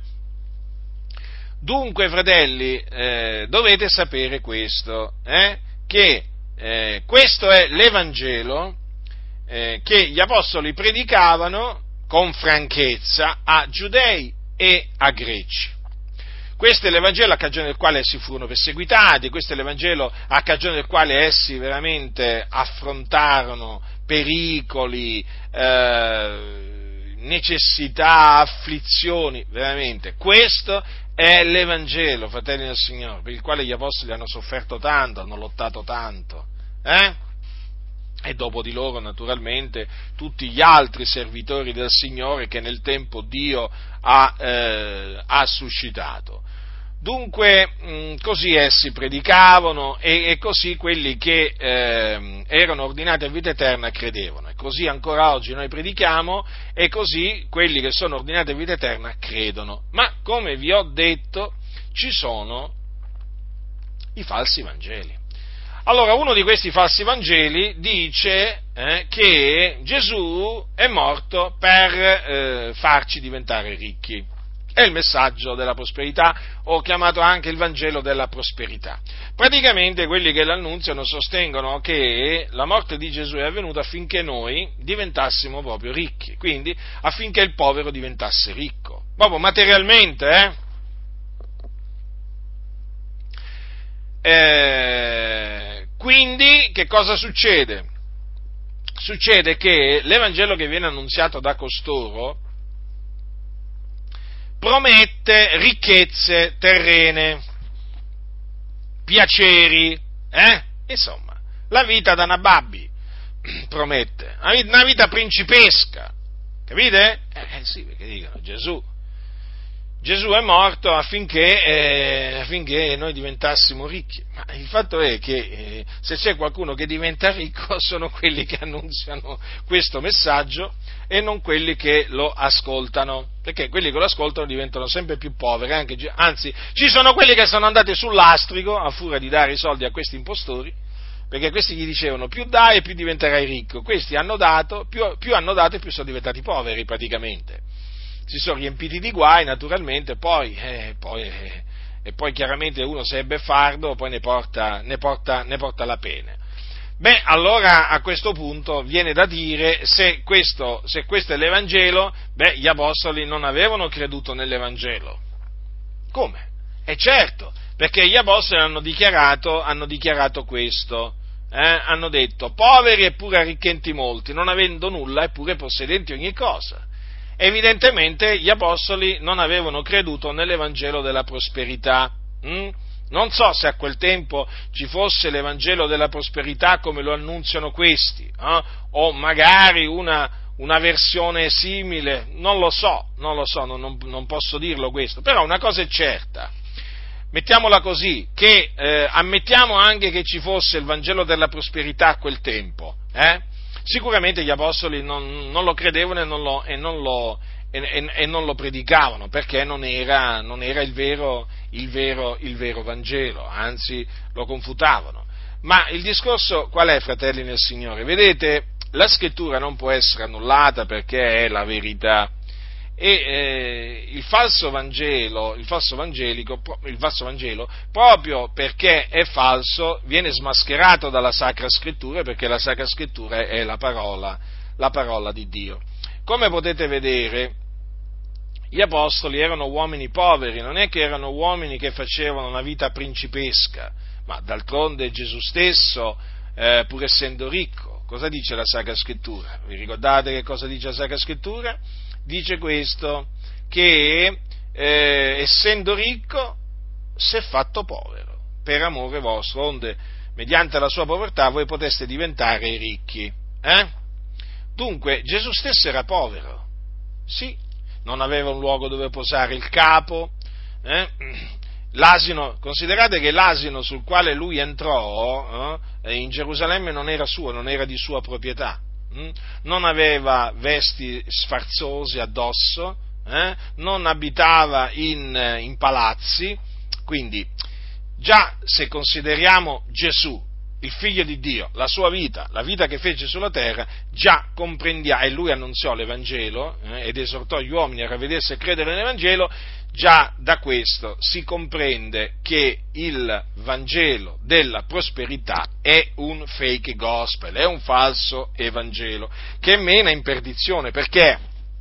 Dunque, fratelli, eh, dovete sapere questo, eh? che eh, questo è l'Evangelo eh, che gli apostoli predicavano con franchezza a giudei e a greci. Questo è l'Evangelo a cagione del quale essi furono perseguitati, questo è l'Evangelo a cagione del quale essi veramente affrontarono pericoli, eh, necessità, afflizioni, veramente. Questo è l'Evangelo, fratelli del Signore, per il quale gli apostoli hanno sofferto tanto, hanno lottato tanto, eh? E dopo di loro, naturalmente, tutti gli altri servitori del Signore che nel tempo Dio ha, eh, ha suscitato. Dunque, mh, così essi predicavano e, e così quelli che eh, erano ordinati a vita eterna credevano. E così ancora oggi noi predichiamo e così quelli che sono ordinati a vita eterna credono. Ma, come vi ho detto, ci sono i falsi Vangeli. Allora, uno di questi falsi Vangeli dice eh, che Gesù è morto per eh, farci diventare ricchi. È il messaggio della prosperità, o chiamato anche il Vangelo della prosperità. Praticamente quelli che l'annunziano sostengono che la morte di Gesù è avvenuta affinché noi diventassimo proprio ricchi, quindi affinché il povero diventasse ricco, proprio materialmente, eh? Eh, quindi che cosa succede? Succede che l'Evangelo che viene annunziato da costoro promette ricchezze terrene, piaceri, eh? Insomma, la vita da nababbi promette, una vita principesca, capite? Eh, eh sì, perché dicono Gesù. Gesù è morto affinché, eh, affinché noi diventassimo ricchi, ma il fatto è che eh, se c'è qualcuno che diventa ricco sono quelli che annunziano questo messaggio e non quelli che lo ascoltano, perché quelli che lo ascoltano diventano sempre più poveri, anche, anzi ci sono quelli che sono andati sul lastrico a furia di dare i soldi a questi impostori, perché questi gli dicevano più dai e più diventerai ricco, questi hanno dato, più, più hanno dato e più sono diventati poveri praticamente. Si sono riempiti di guai, naturalmente, poi, eh, poi eh, e poi chiaramente uno se è beffardo, poi ne porta, ne porta, ne porta la pena. Beh, allora a questo punto viene da dire, se questo, se questo è l'Evangelo, beh, gli apostoli non avevano creduto nell'Evangelo. Come? E certo, perché gli apostoli hanno dichiarato, hanno dichiarato questo, eh, hanno detto, poveri eppure arricchenti molti, non avendo nulla eppure possedenti ogni cosa. Evidentemente gli apostoli non avevano creduto nell'Evangelo della prosperità. Hm? Non so se a quel tempo ci fosse l'Evangelo della prosperità come lo annunziano questi, eh? o magari una, una versione simile, non lo so, non lo so, non, non, non posso dirlo questo, però una cosa è certa, mettiamola così, che eh, ammettiamo anche che ci fosse il Vangelo della prosperità a quel tempo, eh? Sicuramente gli apostoli non, non lo credevano e non lo, e, non lo, e, e non lo predicavano, perché non era, non era il, vero, il, vero, il vero Vangelo, anzi lo confutavano. Ma il discorso qual è, fratelli nel Signore? Vedete, la Scrittura non può essere annullata perché è la verità. E eh, il falso Vangelo, il falso Vangelico, il falso Vangelo, proprio perché è falso, viene smascherato dalla Sacra Scrittura, perché la Sacra Scrittura è la parola, la parola di Dio. Come potete vedere, gli apostoli erano uomini poveri, non è che erano uomini che facevano una vita principesca, ma d'altronde Gesù stesso, eh, pur essendo ricco, cosa dice la Sacra Scrittura? Vi ricordate che cosa dice la Sacra Scrittura? Dice questo, che eh, essendo ricco si è fatto povero per amore vostro, onde mediante la sua povertà voi poteste diventare ricchi. Eh? Dunque, Gesù stesso era povero, sì, non aveva un luogo dove posare il capo, eh? L'asino, considerate che l'asino sul quale lui entrò eh, in Gerusalemme non era suo, non era di sua proprietà, hm? Non aveva vesti sfarzose addosso, eh? Non abitava in, in palazzi, quindi già se consideriamo Gesù, il figlio di Dio, la sua vita, la vita che fece sulla terra, già comprendiamo, e lui annunziò l'Evangelo eh, ed esortò gli uomini a ravvedersi e credere nell'Evangelo, già da questo si comprende che il Vangelo della prosperità è un fake gospel, è un falso Evangelo, che mena in perdizione. Perché?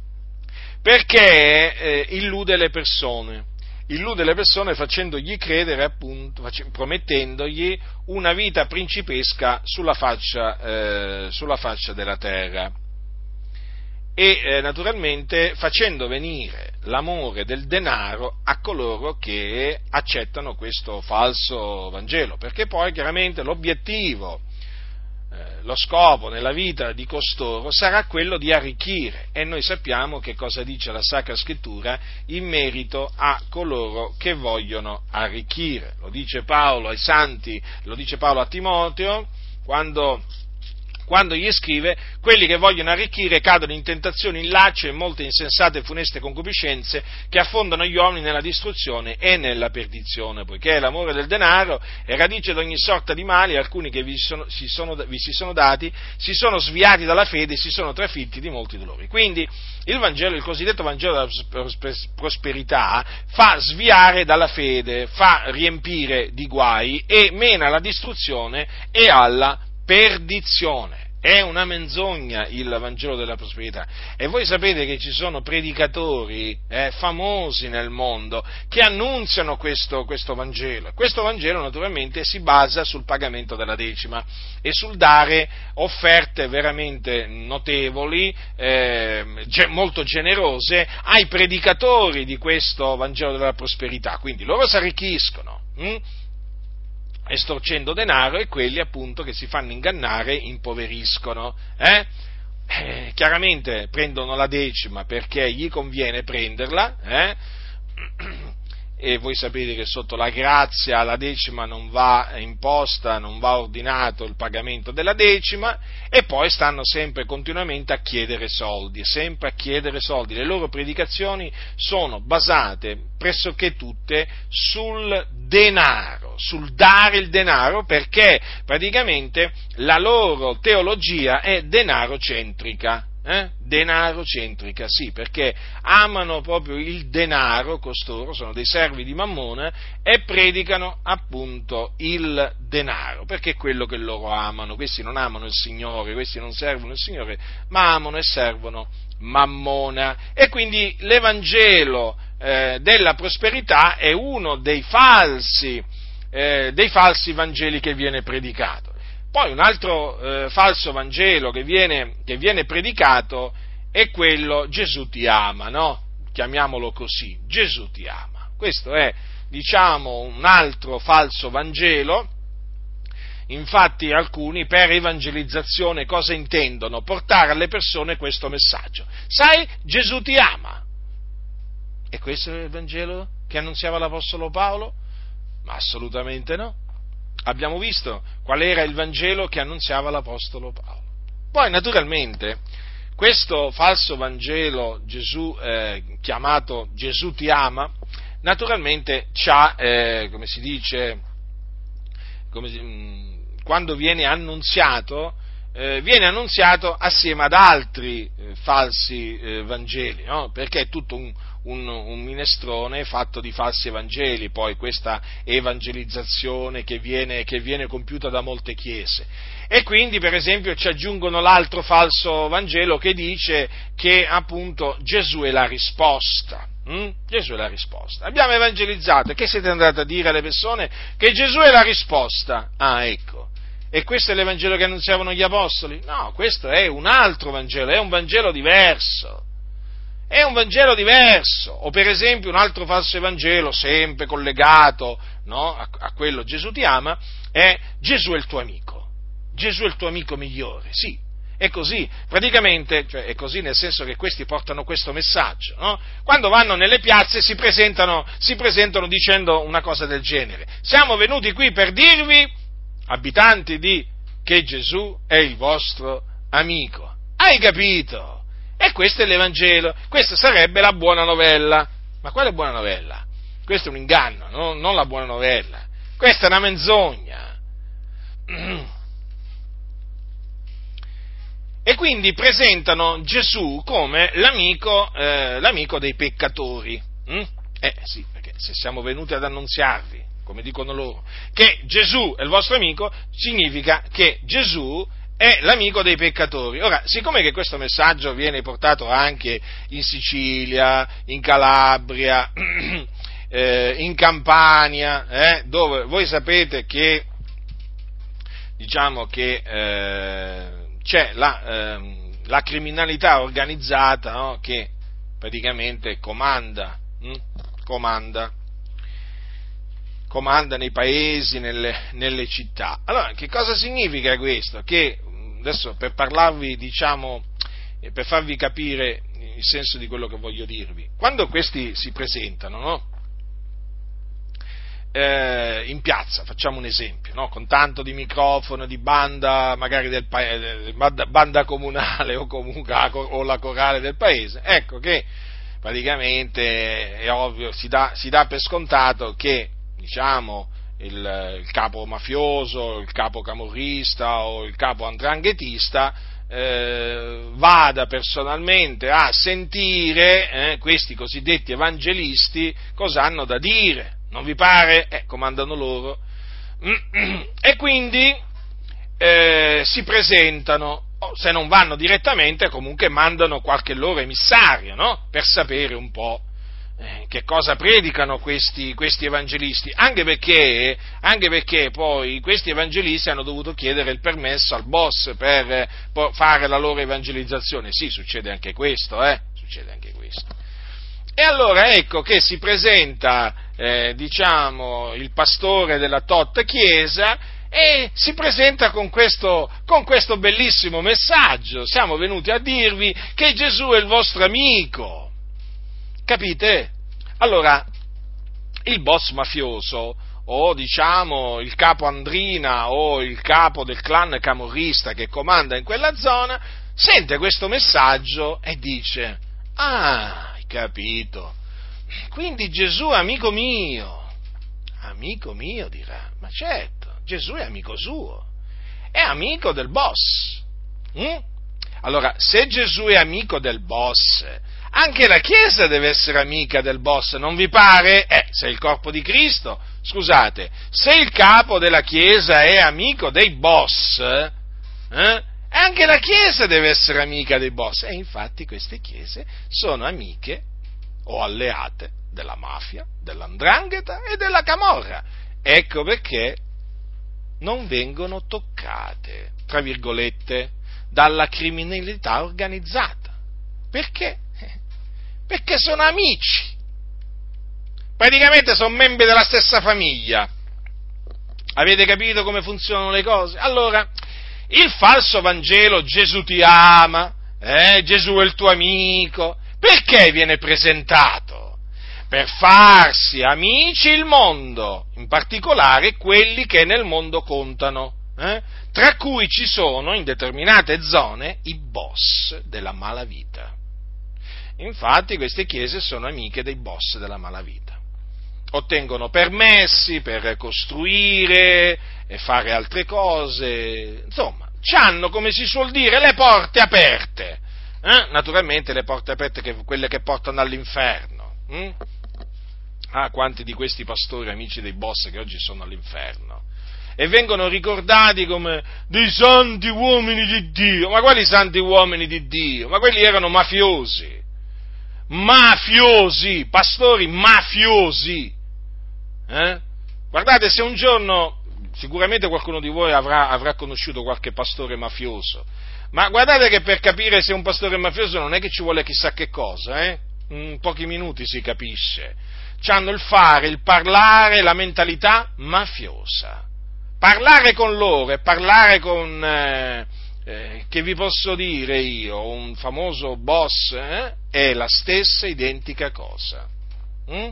Perché eh, illude le persone. illude le persone facendogli credere, appunto, promettendogli una vita principesca sulla faccia, eh, sulla faccia della terra e eh, naturalmente facendo venire l'amore del denaro a coloro che accettano questo falso Vangelo, perché poi chiaramente l'obiettivo, eh, lo scopo nella vita di costoro sarà quello di arricchire, e noi sappiamo che cosa dice la Sacra Scrittura in merito a coloro che vogliono arricchire. Lo dice Paolo ai santi, lo dice Paolo a Timoteo quando quando gli scrive: quelli che vogliono arricchire cadono in tentazioni, in lacci e in molte insensate e funeste concupiscenze che affondano gli uomini nella distruzione e nella perdizione, poiché l'amore del denaro è radice di ogni sorta di mali, e alcuni che vi, sono, si sono, vi si sono dati si sono sviati dalla fede e si sono trafitti di molti dolori. Quindi il Vangelo, il cosiddetto Vangelo della prosperità, fa sviare dalla fede, fa riempire di guai e mena alla distruzione e alla perdizione. È una menzogna il Vangelo della prosperità, e voi sapete che ci sono predicatori eh, famosi nel mondo che annunziano questo, questo Vangelo. Questo Vangelo naturalmente si basa sul pagamento della decima e sul dare offerte veramente notevoli, eh, molto generose ai predicatori di questo Vangelo della prosperità. Quindi loro si arricchiscono hm? estorcendo denaro, e quelli appunto che si fanno ingannare impoveriscono, eh? Eh, chiaramente prendono la decima perché gli conviene prenderla, eh? E voi sapete che sotto la grazia la decima non va imposta, non va ordinato il pagamento della decima, e poi stanno sempre continuamente a chiedere soldi, sempre a chiedere soldi. Le loro predicazioni sono basate pressoché tutte sul denaro, sul dare il denaro, perché praticamente la loro teologia è denarocentrica. Eh? Denarocentrica, sì, perché amano proprio il denaro, costoro sono dei servi di Mammona e predicano appunto il denaro, perché è quello che loro amano. Questi non amano il Signore, questi non servono il Signore, ma amano e servono Mammona. E quindi l'Evangelo eh, della prosperità è uno dei falsi, eh, dei falsi Vangeli che viene predicato. Poi un altro eh, falso Vangelo che viene, che viene predicato è quello Gesù ti ama, no? Chiamiamolo così, Gesù ti ama. Questo è, diciamo, un altro falso Vangelo. Infatti alcuni per evangelizzazione cosa intendono? Portare alle persone questo messaggio: sai, Gesù ti ama. E questo è il Vangelo che annunziava l'Apostolo Paolo? Ma assolutamente no. Abbiamo visto qual era il Vangelo che annunziava l'Apostolo Paolo. Poi naturalmente questo falso Vangelo Gesù, eh, chiamato Gesù ti ama, naturalmente c'ha, eh, come si dice, come si, mh, quando viene annunziato, eh, viene annunziato assieme ad altri eh, falsi eh, Vangeli, no? Perché è tutto un, un, un minestrone fatto di falsi Evangeli, poi questa evangelizzazione che viene, che viene compiuta da molte chiese. E quindi, per esempio, ci aggiungono l'altro falso Vangelo che dice che appunto Gesù è la risposta. Mm? Gesù è la risposta. Abbiamo evangelizzato, e che siete andati a dire alle persone? Che Gesù è la risposta. Ah, ecco. E questo è l'Evangelo che annunziavano gli Apostoli? No, questo è un altro Vangelo, è un Vangelo diverso. è un Vangelo diverso. O per esempio un altro falso Evangelo, sempre collegato, no, a, a quello Gesù ti ama, è Gesù è il tuo amico, Gesù è il tuo amico migliore, sì. È così, praticamente, cioè è così nel senso che questi portano questo messaggio, no? Quando vanno nelle piazze si presentano, si presentano dicendo una cosa del genere: siamo venuti qui per dirvi, abitanti di, che Gesù è il vostro amico. Hai capito? E questo è l'Evangelo, questa sarebbe la buona novella. Ma quale buona novella? Questo è un inganno, no? Non la buona novella, questa è una menzogna. E quindi presentano Gesù come l'amico, eh, l'amico dei peccatori. Mm? Eh sì, perché se siamo venuti ad annunziarvi, come dicono loro, che Gesù è il vostro amico, significa che Gesù è l'amico dei peccatori. Ora, siccome che questo messaggio viene portato anche in Sicilia, in Calabria, eh, in Campania, eh, dove voi sapete che, diciamo che eh, c'è la, ehm, la criminalità organizzata, no, che praticamente comanda, hm? comanda, comanda nei paesi, nelle, nelle città. Allora, che cosa significa questo? Che, adesso per parlarvi, diciamo, per farvi capire il senso di quello che voglio dirvi, quando questi si presentano, no? Eh, in piazza, facciamo un esempio, no? Con tanto di microfono, di banda, magari del paese, banda, banda comunale o comunque o la corale del paese, ecco che praticamente è ovvio, si dà, si dà per scontato che, diciamo, il, il capo mafioso, il capo camorrista o il capo andranghetista eh, vada personalmente a sentire eh, questi cosiddetti evangelisti cosa hanno da dire. Non vi pare? Eh, comandano loro. E quindi eh, si presentano, o se non vanno direttamente, comunque mandano qualche loro emissario, no? Per sapere un po' eh, che cosa predicano questi, questi evangelisti. Anche perché, anche perché poi questi evangelisti hanno dovuto chiedere il permesso al boss per eh, fare la loro evangelizzazione. Sì, succede anche questo, eh? Succede anche questo. E allora ecco che si presenta, eh, diciamo, il pastore della tot chiesa e si presenta con questo, con questo bellissimo messaggio: siamo venuti a dirvi che Gesù è il vostro amico. Capite? Allora, il boss mafioso, o diciamo il capo Andrina, o il capo del clan camorrista che comanda in quella zona, sente questo messaggio e dice: ah, capito, quindi Gesù è amico mio. Amico mio, dirà, ma certo, Gesù è amico suo, è amico del boss. Mm? Allora, se Gesù è amico del boss, anche la Chiesa deve essere amica del boss, non vi pare? Eh, se è il corpo di Cristo, scusate, se il capo della Chiesa è amico dei boss, eh? Anche la Chiesa deve essere amica dei boss, e infatti queste chiese sono amiche o alleate della mafia, dell'andrangheta e della camorra. Ecco perché non vengono toccate, tra virgolette, dalla criminalità organizzata. Perché? Perché sono amici, praticamente sono membri della stessa famiglia. Avete capito come funzionano le cose? Allora, il falso Vangelo Gesù ti ama, eh, Gesù è il tuo amico, perché viene presentato? Per farsi amici il mondo, in particolare quelli che nel mondo contano, eh, tra cui ci sono in determinate zone i boss della malavita. Infatti queste chiese sono amiche dei boss della malavita. Ottengono permessi per costruire e fare altre cose, insomma, c'hanno, come si suol dire, le porte aperte, eh? Naturalmente le porte aperte, che, quelle che portano all'inferno. Hm? Ah, quanti di questi pastori amici dei boss che oggi sono all'inferno e vengono ricordati come dei santi uomini di Dio. Ma quali santi uomini di Dio? Ma quelli erano mafiosi, mafiosi, pastori mafiosi. Eh? Guardate, se un giorno, sicuramente qualcuno di voi avrà, avrà conosciuto qualche pastore mafioso, Ma guardate che per capire se un pastore è mafioso non è che ci vuole chissà che cosa, eh? In pochi minuti si capisce. C'hanno il fare, il parlare, la mentalità mafiosa. Parlare con loro e parlare con, eh, eh, che vi posso dire io, un famoso boss, eh, è la stessa identica cosa. Mm?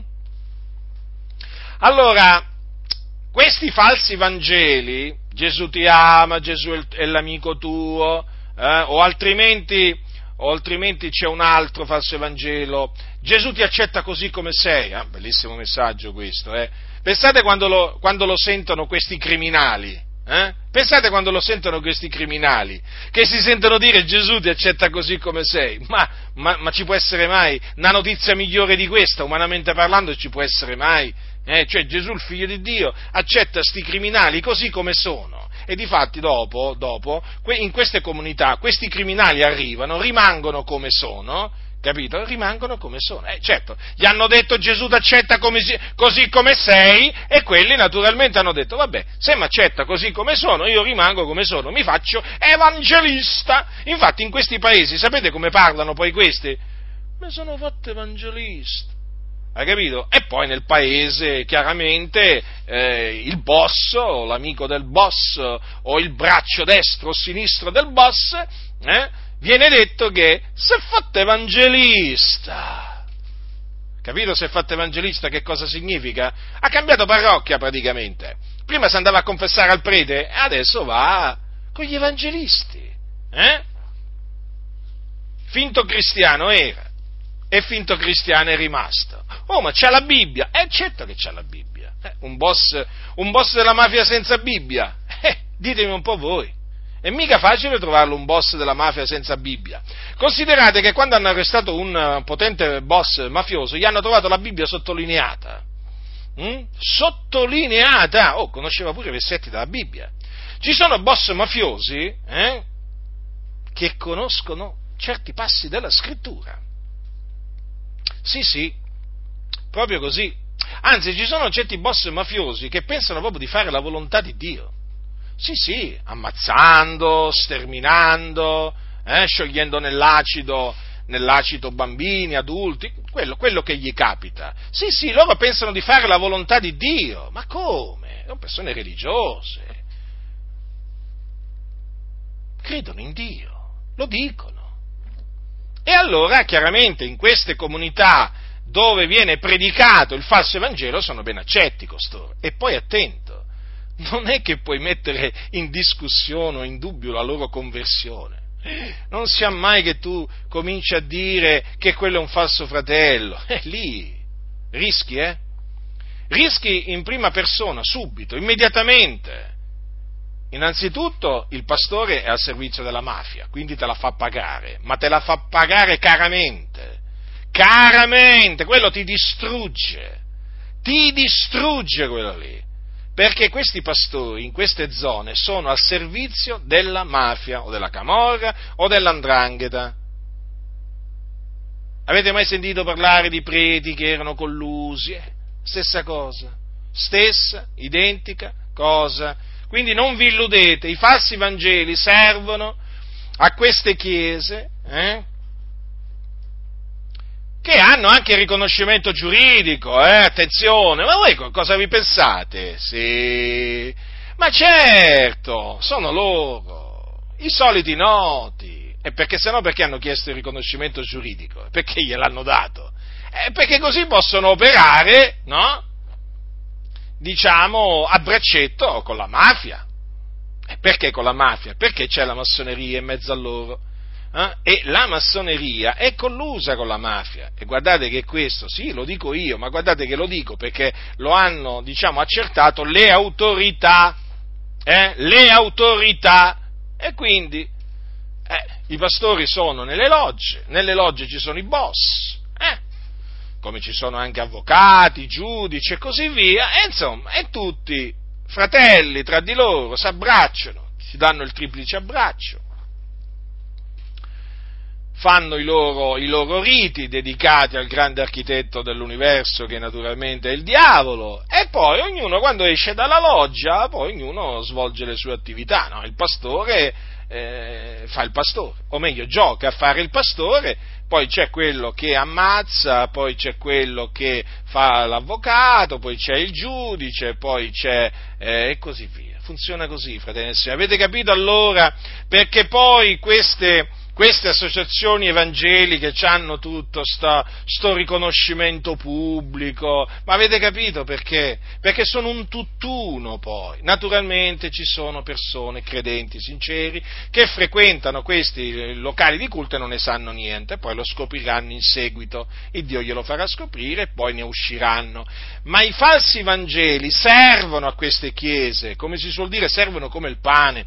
Allora, questi falsi Vangeli, Gesù ti ama, Gesù è l'amico tuo, eh, o altrimenti, o altrimenti c'è un altro falso Evangelo, Gesù ti accetta così come sei, ah, bellissimo messaggio questo, eh. Pensate quando lo, quando lo sentono questi criminali, eh? Pensate quando lo sentono questi criminali, che si sentono dire Gesù ti accetta così come sei, ma, ma, ma ci può essere mai una notizia migliore di questa, umanamente parlando ci può essere mai? Eh? Cioè Gesù, il figlio di Dio, accetta sti criminali così come sono, e difatti dopo, dopo, in queste comunità, questi criminali arrivano, rimangono come sono, capito? Rimangono come sono. Eh, certo, gli hanno detto Gesù ti accetta come, così come sei, e quelli naturalmente hanno detto vabbè, se mi accetta così come sono, io rimango come sono, mi faccio evangelista. Infatti in questi paesi, sapete come parlano poi questi? Mi sono fatto evangelista. Hai capito? E poi nel paese, chiaramente, eh, il boss, o l'amico del boss, o il braccio destro o sinistro del boss, eh, viene detto che si è fatto evangelista. Capito? Si è fatto evangelista che cosa significa? Ha cambiato parrocchia praticamente. Prima si andava a confessare al prete, e adesso va con gli evangelisti. Eh? Finto cristiano era. E finto cristiano è rimasto. Oh, ma c'ha la Bibbia? Eh, certo che c'ha la Bibbia. Eh, un boss, un boss della mafia senza Bibbia? Eh, ditemi un po' voi. È mica facile trovarlo un boss della mafia senza Bibbia. Considerate che quando hanno arrestato un potente boss mafioso, gli hanno trovato la Bibbia sottolineata. Mm? Sottolineata! Oh, conosceva pure i versetti della Bibbia. Ci sono boss mafiosi, eh, che conoscono certi passi della Scrittura. Sì, sì, proprio così. Anzi, ci sono certi boss mafiosi che pensano proprio di fare la volontà di Dio. Sì, sì, ammazzando, sterminando, eh, sciogliendo nell'acido, nell'acido bambini, adulti, quello, quello che gli capita. Sì, sì, loro pensano di fare la volontà di Dio. Ma come? Sono persone religiose. Credono in Dio, lo dicono. E allora, chiaramente, in queste comunità dove viene predicato il falso Evangelo sono ben accetti costoro. E poi attento, non è che puoi mettere in discussione o in dubbio la loro conversione. Non sia mai che tu cominci a dire che quello è un falso fratello. E lì rischi, eh? Rischi in prima persona, subito, immediatamente. Innanzitutto il pastore è al servizio della mafia, quindi te la fa pagare, ma te la fa pagare caramente, caramente, quello ti distrugge, ti distrugge quello lì, perché questi pastori in queste zone sono al servizio della mafia, o della camorra, o dell'andrangheta. Avete mai sentito parlare di preti che erano collusi? Eh, stessa cosa, stessa, identica cosa. Quindi non vi illudete, i falsi Vangeli servono a queste chiese, eh, che hanno anche il riconoscimento giuridico, eh, attenzione, ma voi cosa vi pensate? Sì, ma certo, sono loro, i soliti noti, e perché sennò perché hanno chiesto il riconoscimento giuridico? Perché gliel'hanno dato? Eh, perché così possono operare, no? Diciamo, a braccetto con la mafia. E perché con la mafia? Perché c'è la massoneria in mezzo a loro. Eh? E la massoneria è collusa con la mafia. E guardate che questo, sì, lo dico io, ma guardate che lo dico perché lo hanno, diciamo, accertato le autorità. Eh? Le autorità. E quindi eh, i pastori sono nelle logge, nelle logge ci sono i boss. Eh? Come ci sono anche avvocati, giudici e così via, e insomma, e tutti fratelli tra di loro, si abbracciano, si danno il triplice abbraccio, fanno i loro, i loro riti dedicati al grande architetto dell'universo che naturalmente è il diavolo, e poi ognuno quando esce dalla loggia, poi ognuno svolge le sue attività, no? Il pastore eh, fa il pastore, o meglio gioca a fare il pastore, poi c'è quello che ammazza, poi c'è quello che fa l'avvocato, poi c'è il giudice, poi c'è eh, e così via. Funziona così, fratelli e sorelle. Avete capito allora perché poi queste Queste associazioni evangeliche hanno tutto sto, sto riconoscimento pubblico, ma avete capito perché? Perché sono un tutt'uno poi. Naturalmente ci sono persone, credenti, sinceri, che frequentano questi locali di culto e non ne sanno niente, poi lo scopriranno in seguito, il Dio glielo farà scoprire e poi ne usciranno. Ma i falsi Vangeli servono a queste chiese, come si suol dire, servono come il pane,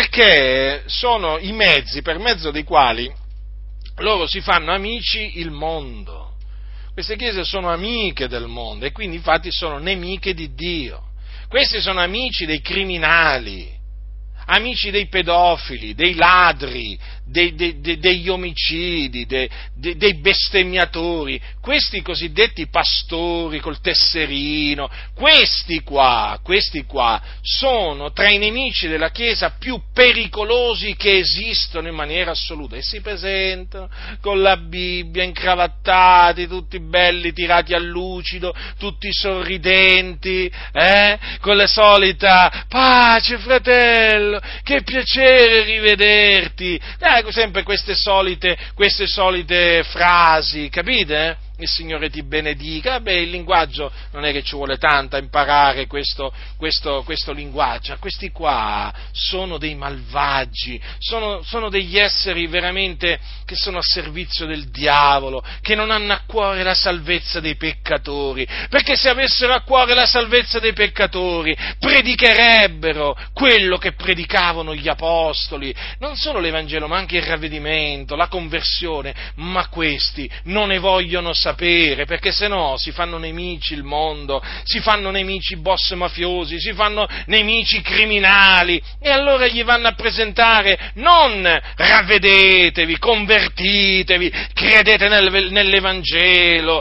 perché sono i mezzi per mezzo dei quali loro si fanno amici il mondo. Queste chiese sono amiche del mondo e quindi infatti sono nemiche di Dio. Questi sono amici dei criminali, amici dei pedofili, dei ladri, dei, dei, dei, degli omicidi, dei, dei, dei bestemmiatori, questi cosiddetti pastori col tesserino, questi qua, questi qua sono tra i nemici della Chiesa più pericolosi che esistono in maniera assoluta e si presentano con la Bibbia, incravattati, tutti belli, tirati a lucido, tutti sorridenti, eh? Con la solita pace fratello, che piacere rivederti, eh, sempre queste solite, queste solite frasi, capite? Il Signore ti benedica, vabbè, il linguaggio non è che ci vuole tanto a imparare questo, questo, questo linguaggio, questi qua sono dei malvagi, sono, sono degli esseri veramente che sono a servizio del diavolo, che non hanno a cuore la salvezza dei peccatori, perché se avessero a cuore la salvezza dei peccatori predicherebbero quello che predicavano gli apostoli, non solo l'Evangelo ma anche il ravvedimento, la conversione, ma questi non ne vogliono sapere. sapere, perché se no si fanno nemici il mondo, si fanno nemici i boss mafiosi, si fanno nemici criminali, e allora gli vanno a presentare non ravvedetevi, convertitevi, credete nel, nell'Evangelo,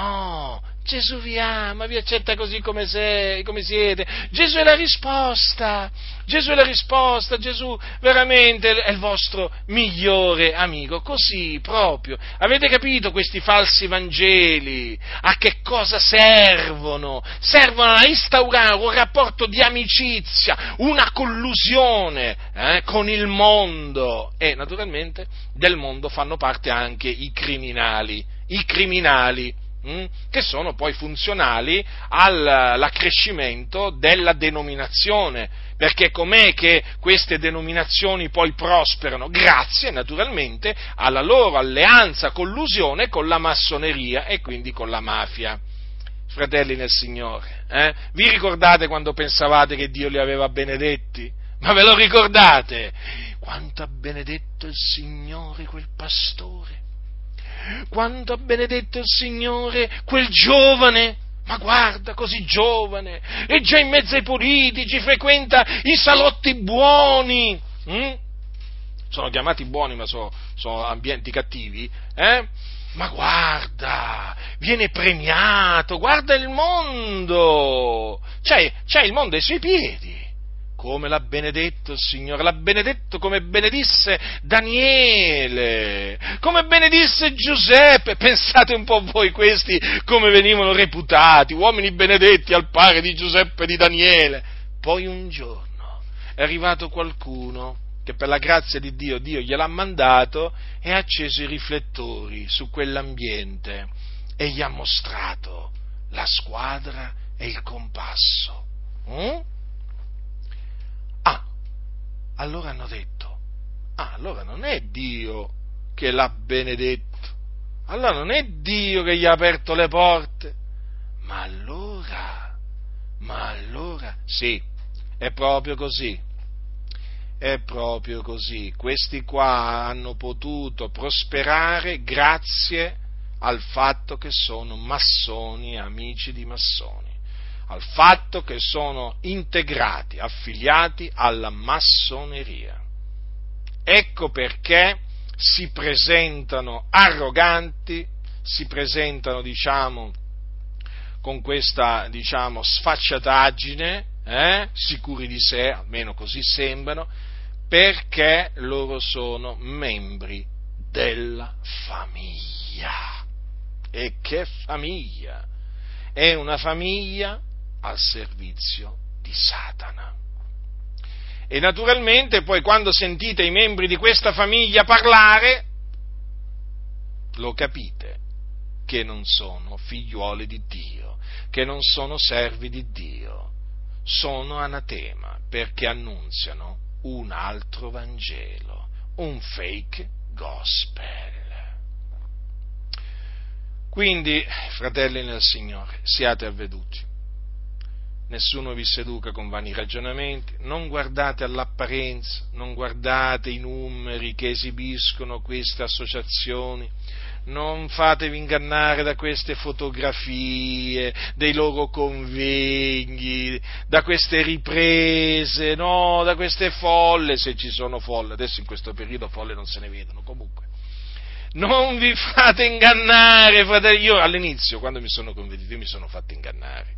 no, Gesù vi ama, vi accetta così come, sei, come siete, Gesù è la risposta, Gesù è la risposta, Gesù veramente è il vostro migliore amico, così proprio. Avete capito questi falsi Vangeli? A che cosa servono? Servono a instaurare un rapporto di amicizia, una collusione eh, con il mondo, e naturalmente del mondo fanno parte anche i criminali, i criminali. Che sono poi funzionali all'accrescimento della denominazione, perché com'è che queste denominazioni poi prosperano? Grazie naturalmente alla loro alleanza, collusione con la massoneria e quindi con la mafia. Fratelli nel Signore, eh? Vi ricordate quando pensavate che Dio li aveva benedetti? Ma ve lo ricordate? Quanto ha benedetto il Signore quel pastore? Quanto ha benedetto il Signore quel giovane, ma guarda, così giovane, è già in mezzo ai politici, frequenta i salotti buoni, hm? Sono chiamati buoni ma sono, sono ambienti cattivi, eh? Ma guarda, viene premiato, guarda il mondo, c'è, c'è il mondo ai suoi piedi. Come l'ha benedetto il Signore, l'ha benedetto come benedisse Daniele, come benedisse Giuseppe. Pensate un po' voi questi come venivano reputati, uomini benedetti al pari di Giuseppe e di Daniele. Poi un giorno è arrivato qualcuno che per la grazia di Dio, Dio gliel'ha mandato e ha acceso i riflettori su quell'ambiente e gli ha mostrato la squadra e il compasso. Mm? Allora hanno detto, ah, allora non è Dio che l'ha benedetto, allora non è Dio che gli ha aperto le porte, ma allora, ma allora, sì, è proprio così, è proprio così, questi qua hanno potuto prosperare grazie al fatto che sono massoni, amici di massoni, al fatto che sono integrati, affiliati alla massoneria. Ecco perché si presentano arroganti, si presentano, diciamo, con questa, diciamo, sfacciataggine, eh, sicuri di sé, almeno così sembrano, Perché loro sono membri della famiglia. E che famiglia? È una famiglia al servizio di Satana. E naturalmente poi quando sentite i membri di questa famiglia parlare, lo capite che non sono figliuoli di Dio, che non sono servi di Dio, sono anatema perché annunziano un altro Vangelo, un fake gospel. Quindi, fratelli nel Signore, siate avveduti. Nessuno vi seduca con vani ragionamenti, non guardate all'apparenza, non guardate i numeri che esibiscono queste associazioni, non fatevi ingannare da queste fotografie, dei loro convegni, da queste riprese, no, da queste folle, se ci sono folle, adesso in questo periodo folle non se ne vedono, comunque. Non vi fate ingannare, fratelli, io all'inizio, quando mi sono convertito, io mi sono fatto ingannare.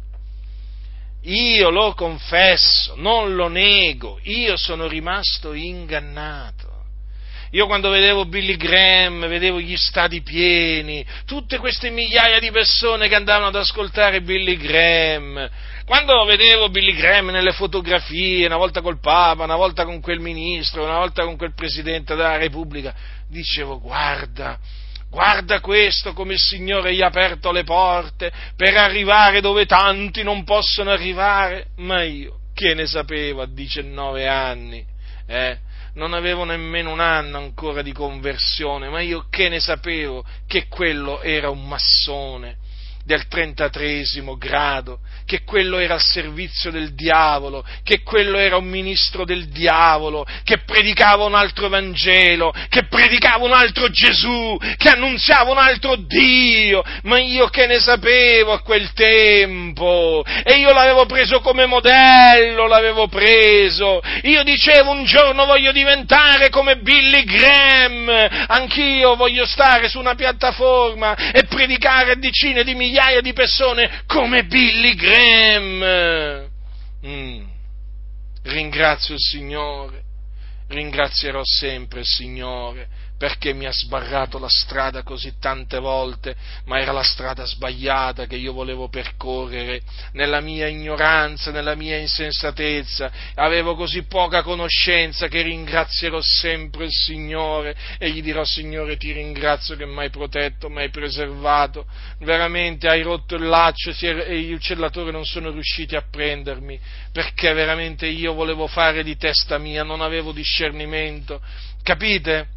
Io lo confesso, non lo nego, io sono rimasto ingannato. Io quando vedevo Billy Graham, vedevo gli stadi pieni, tutte queste migliaia di persone che andavano ad ascoltare Billy Graham, quando vedevo Billy Graham nelle fotografie, una volta col Papa, una volta con quel ministro, una volta con quel Presidente della Repubblica, dicevo guarda, guarda questo come il Signore gli ha aperto le porte per arrivare dove tanti non possono arrivare, ma io che ne sapevo a diciannove anni, eh? Non avevo nemmeno un anno ancora di conversione, ma io che ne sapevo che quello era un massone del trentatreesimo grado, che quello era al servizio del diavolo, che quello era un ministro del diavolo, che predicava un altro Vangelo, che predicava un altro Gesù, che annunziava un altro Dio, ma io che ne sapevo a quel tempo, e io l'avevo preso come modello, l'avevo preso, io dicevo un giorno voglio diventare come Billy Graham, anch'io voglio stare su una piattaforma e predicare a decine di migliaia di persone come Billy Graham. Mm. Ringrazio il Signore, ringrazierò sempre il Signore perché mi ha sbarrato la strada così tante volte, ma era la strada sbagliata che io volevo percorrere nella mia ignoranza, nella mia insensatezza, avevo così poca conoscenza che ringrazierò sempre il Signore e gli dirò Signore ti ringrazio che mi hai protetto, mi hai preservato, veramente hai rotto il laccio e gli uccellatori non sono riusciti a prendermi, perché veramente io volevo fare di testa mia, non avevo discernimento, capite?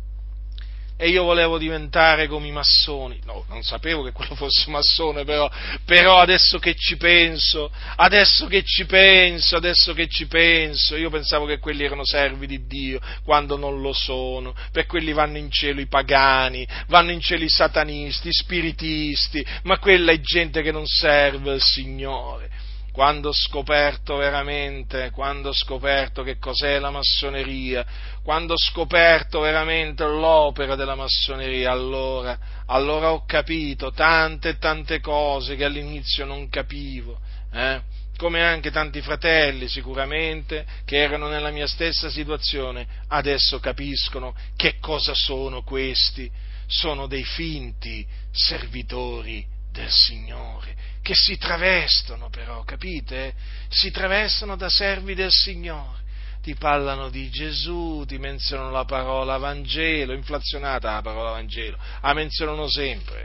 E io volevo diventare come i massoni, no, non sapevo che quello fosse massone, però, però adesso che ci penso, adesso che ci penso, adesso che ci penso, io pensavo che quelli erano servi di Dio, quando non lo sono, per quelli vanno in cielo i pagani, vanno in cielo i satanisti, i spiritisti, ma quella è gente che non serve il Signore. Quando ho scoperto veramente, quando ho scoperto che cos'è la massoneria, quando ho scoperto veramente l'opera della massoneria, allora, allora ho capito tante e tante cose che all'inizio non capivo, eh? Come anche tanti fratelli sicuramente che erano nella mia stessa situazione, adesso capiscono che cosa sono questi, sono dei finti servitori del Signore, che si travestono però, capite? Si travestono da servi del Signore, ti parlano di Gesù, ti menzionano la parola Vangelo, inflazionata la parola Vangelo, la menzionano sempre,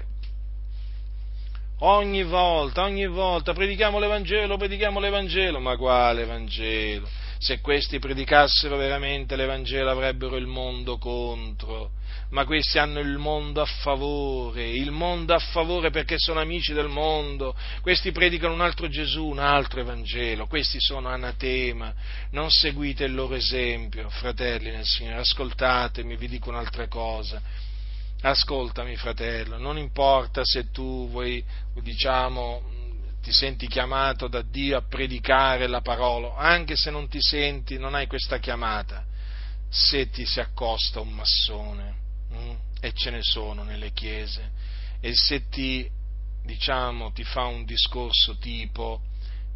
ogni volta, ogni volta, predichiamo l'Evangelo, predichiamo l'Evangelo, ma quale Vangelo? Se questi predicassero veramente l'Evangelo avrebbero il mondo contro, ma questi hanno il mondo a favore, il mondo a favore perché sono amici del mondo, questi predicano un altro Gesù, un altro Evangelo, questi sono anatema, non seguite il loro esempio, fratelli nel Signore, ascoltatemi, vi dico un'altra cosa, ascoltami fratello, non importa se tu vuoi, diciamo, ti senti chiamato da Dio a predicare la parola, anche se non ti senti, non hai questa chiamata, se ti si accosta un massone, mh, e ce ne sono nelle chiese, e se ti, diciamo, ti fa un discorso tipo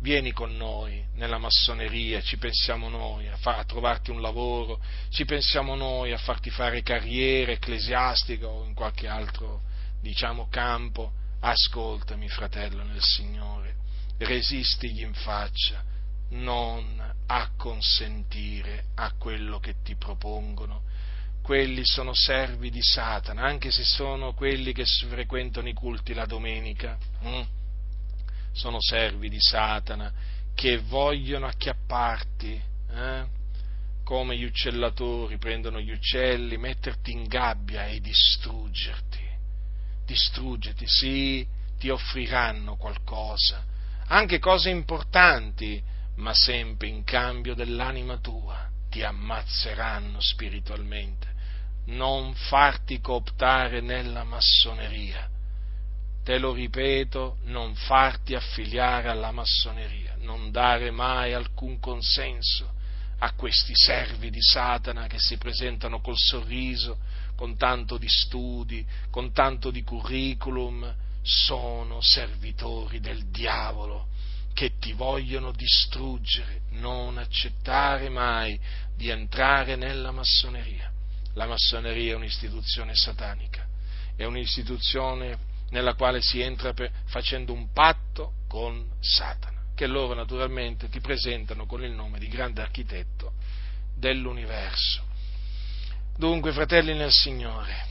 vieni con noi nella massoneria, ci pensiamo noi a, fa- a trovarti un lavoro, ci pensiamo noi a farti fare carriera ecclesiastica o in qualche altro, diciamo, campo. Ascoltami, fratello nel Signore, resistigli in faccia, non acconsentire a quello che ti propongono. Quelli sono servi di Satana, anche se sono quelli che frequentano i culti la domenica, hm? sono servi di Satana che vogliono acchiapparti, eh? come gli uccellatori prendono gli uccelli, metterti in gabbia e distruggerti. Distruggerti, sì, ti offriranno qualcosa, anche cose importanti, ma sempre in cambio dell'anima tua, ti ammazzeranno spiritualmente. Non farti cooptare nella massoneria, te lo ripeto, non farti affiliare alla massoneria, non dare mai alcun consenso a questi servi di Satana che si presentano col sorriso, con tanto di studi, con tanto di curriculum. Sono servitori del diavolo che ti vogliono distruggere. Non accettare mai di entrare nella massoneria. La massoneria è un'istituzione satanica, è un'istituzione nella quale si entra per, facendo un patto con Satana, che loro naturalmente ti presentano con il nome di grande architetto dell'universo. Dunque, fratelli nel Signore,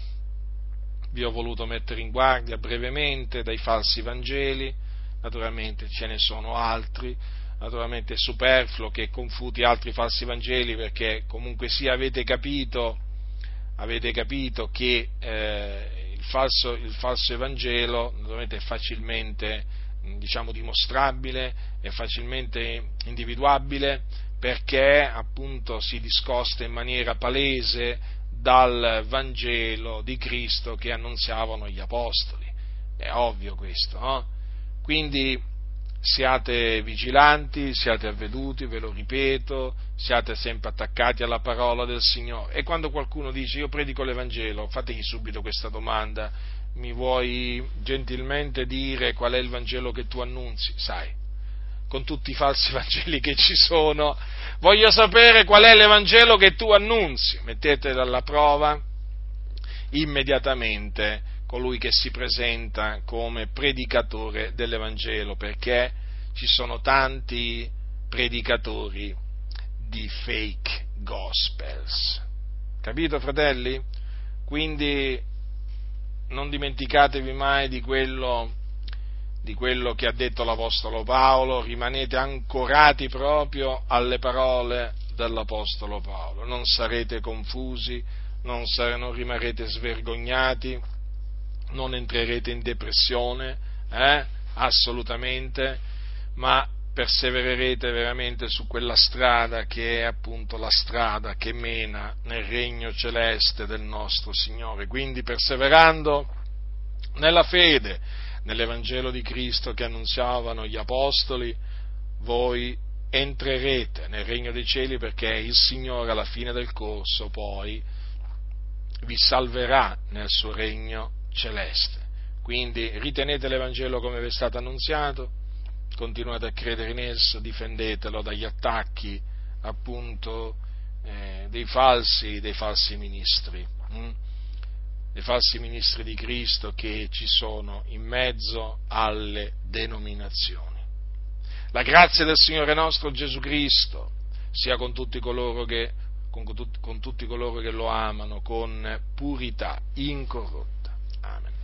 vi ho voluto mettere in guardia brevemente dai falsi Vangeli. Naturalmente ce ne sono altri, naturalmente è superfluo che confuti altri falsi Vangeli, perché comunque sia avete capito, avete capito che eh, il, falso, il falso Evangelo naturalmente è facilmente, diciamo, dimostrabile, è facilmente individuabile, perché appunto si discosta in maniera palese dal Vangelo di Cristo che annunziavano gli Apostoli. È ovvio questo, no? Quindi siate vigilanti, siate avveduti, ve lo ripeto, siate sempre attaccati alla parola del Signore. E quando qualcuno dice io predico l'Evangelo, fategli subito questa domanda: mi vuoi gentilmente dire qual è il Vangelo che tu annunzi? Sai, con tutti i falsi Vangeli che ci sono, voglio sapere qual è l'Evangelo che tu annunzi. Mettete alla prova immediatamente colui che si presenta come predicatore dell'Evangelo, perché ci sono tanti predicatori di fake gospels. Capito, fratelli? Quindi non dimenticatevi mai di quello di quello che ha detto l'Apostolo Paolo, rimanete ancorati proprio alle parole dell'Apostolo Paolo, non sarete confusi, non, sare, non rimarrete svergognati, non entrerete in depressione, eh? assolutamente, ma persevererete veramente su quella strada che è appunto la strada che mena nel regno celeste del nostro Signore. Quindi, perseverando nella fede, nell'Evangelo di Cristo che annunziavano gli Apostoli, voi entrerete nel regno dei cieli, perché il Signore alla fine del corso poi vi salverà nel suo regno celeste. Quindi ritenete l'Evangelo come vi è stato annunziato, continuate a credere in esso, difendetelo dagli attacchi appunto eh, dei falsi, dei falsi ministri. Hm? dei falsi ministri di Cristo che ci sono in mezzo alle denominazioni. La grazia del Signore nostro Gesù Cristo sia con tutti coloro che, con, con tutti coloro che lo amano con purità incorrotta. Amen.